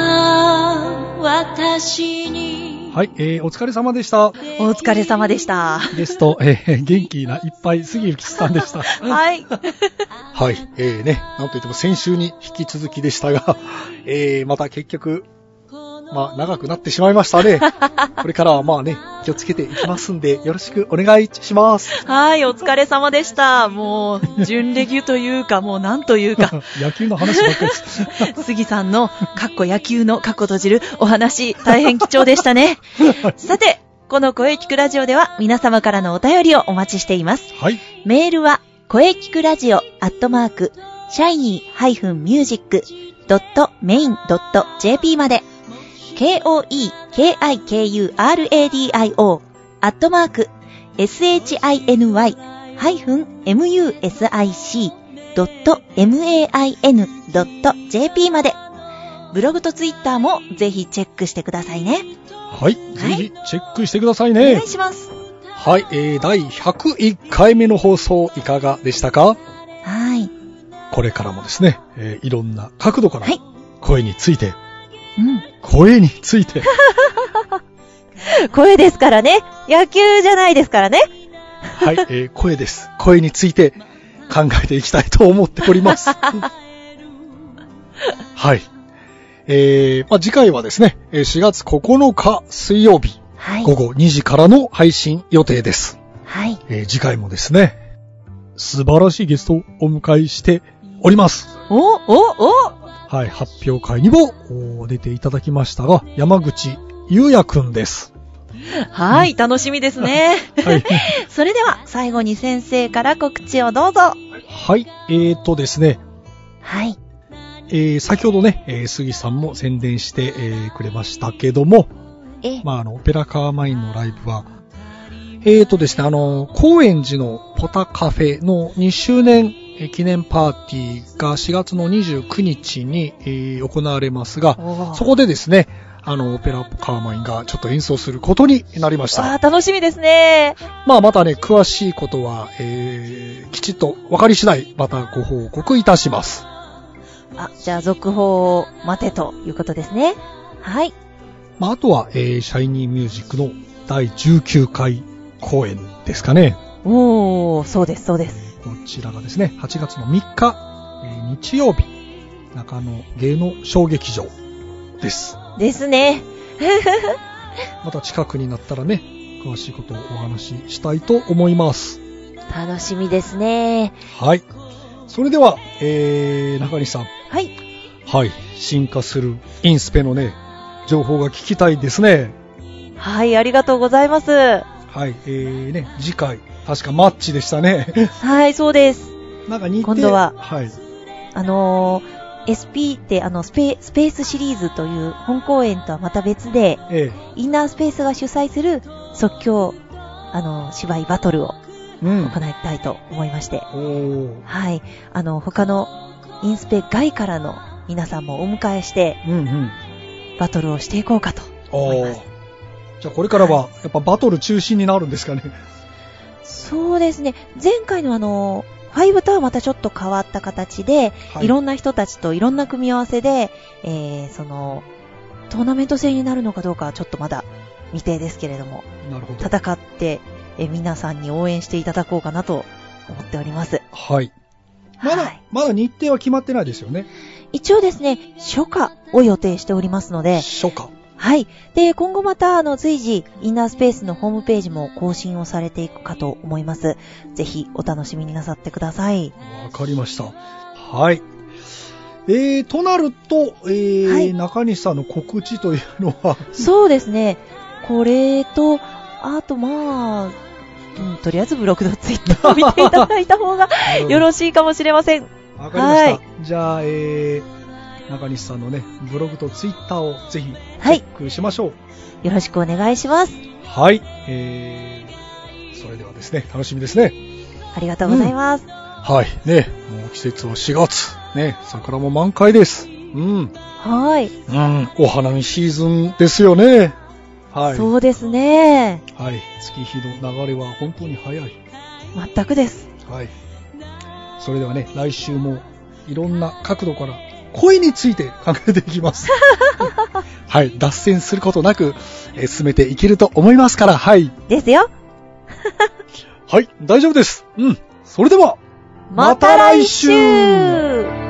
私にはい、えー、お疲れ様でした。 お疲れ様でした。 ゲスト、えー、元気ないっぱい杉浦さんでした。 はい。 はい、えーね、なんといっても先週に引き続きでしたが、えー、また結局、まあ、長くなってしまいましたね。これからはまあね、気をつけていきますんで、よろしくお願いします。 はい、お疲れ様でした。もう、準レギュというか、もうなんというか。 野球の話ばっかりです。 杉さんの、かっこ野球のかっこ閉じるお話、大変貴重でしたね。さて、この声聞くラジオでは、皆様からのお便りをお待ちしています。 はい。 メールは、声聞くラジオアットマーク、シャイニー ミュージック ドット メイン ドット ジェーピー まで、ケーオーイーケーアイケーユーアールエーディーアイオー アットマーク シャイニー ミュージック ドット メイン ドット ジェーピー まで。ブログとツイッターもぜひチェックしてくださいね。 はい、はい、ぜひチェックしてくださいね。 お願いします。 はい、えー、だいひゃくいっかいめの放送いかがでしたか？ はい。 これからもですね、えー、いろんな角度から声について、はい、 うん、 声について声ですからね。野球じゃないですからね。 はい、えー、声です。声について考えていきたいと思っております。はい。えー、まあ、次回はですね、しがつここのか水曜日、はい、午後にじからの配信予定です。 はい。 えー、次回もですね、素晴らしいゲストをお迎えしております。 お、お、おはい、発表会にも出ていただきましたが、山口優也くんです。 はい、楽しみですね。はい。それでは、最後に先生から告知をどうぞ。 はい、えーとですね。 はい。 えー、先ほどね、えー、杉さんも宣伝して、えー、くれましたけども、 えまあ、あの、オペラカーマインのライブは、えーとですね、あの、高円寺のポタカフェのにしゅうねん記念パーティーがしがつのにじゅうくにちに、えー、行われますが、そこでですね、あの、オペラカーマインがちょっと演奏することになりました。 あー、楽しみですね。 まあ、またね、詳しいことは、えー、きちっと分かり次第、またご報告いたします。 あ、じゃあ続報を待てということですね。はい。 まあ、あとは、えー、シャイニーミュージックのだいじゅうきゅうかい公演ですかね。 おー、そうです、そうです。 こちらがですね、はちがつのみっか、えー、日曜日、中野芸能小劇場です。 ですね。 また近くになったらね、詳しいことをお話ししたいと思います。 楽しみですね。 はい。それでは、えー、中西さん。 はい。 はい。進化するインスペのね、情報が聞きたいですね。 はい、ありがとうございます。 はい、えーね、次回、確かマッチでしたね。 はい、そうです。 なんか似て、 今度は、 はい。 あのー、エスピー ってあのスペ、スペースシリーズという本公演とはまた別で、 ええ、 インナースペースが主催する即興、あの、芝居バトルを行いたいと思いまして、 うん、 はい。あの、他のインスペ外からの皆さんもお迎えして、 うんうん、 バトルをしていこうかと思います。 じゃあこれからは、やっぱバトル中心になるんですかね。 そうですね。前回のあの、ファイブとはまたちょっと変わった形で、はい、いろんな人たちといろんな組み合わせで、えー、その、トーナメント戦になるのかどうかはちょっとまだ未定ですけれども、 なるほど。 戦って、えー、皆さんに応援していただこうかなと思っております。 はい。まだ、はい、まだ日程は決まってないですよね。 一応ですね、初夏を予定しておりますので、 初夏。 はい。で、今後また、あの、随時、インナースペースのホームページも更新をされていくかと思います。ぜひ、お楽しみになさってください。 わかりました。はい。えー、となると、えー、はい、中西さんの告知というのはそうですね。これと、あと、まあ、うん、とりあえずブログとツイッターを見ていただいた方がよろしいかもしれません。 わかりました。はい、じゃあ、えー、 中西さんのね、ブログとツイッターをぜひチェックしましょう。 はい、よろしくお願いします。 はい、えー、それではですね、楽しみですね。 ありがとうございます。うん、 はい、ね、もう季節はしがつ、ね、桜も満開です。うん。 はい。 うん、お花見シーズンですよね。はい。 そうですね。 はい、月日の流れは本当に早い。 全くです。はい。 それではね、来週もいろんな角度から恋について考えていきます。はい、脱線することなく、えー、進めていけると思いますから、はい。 ですよ。 はい、大丈夫です。うん。それでは、 また来週。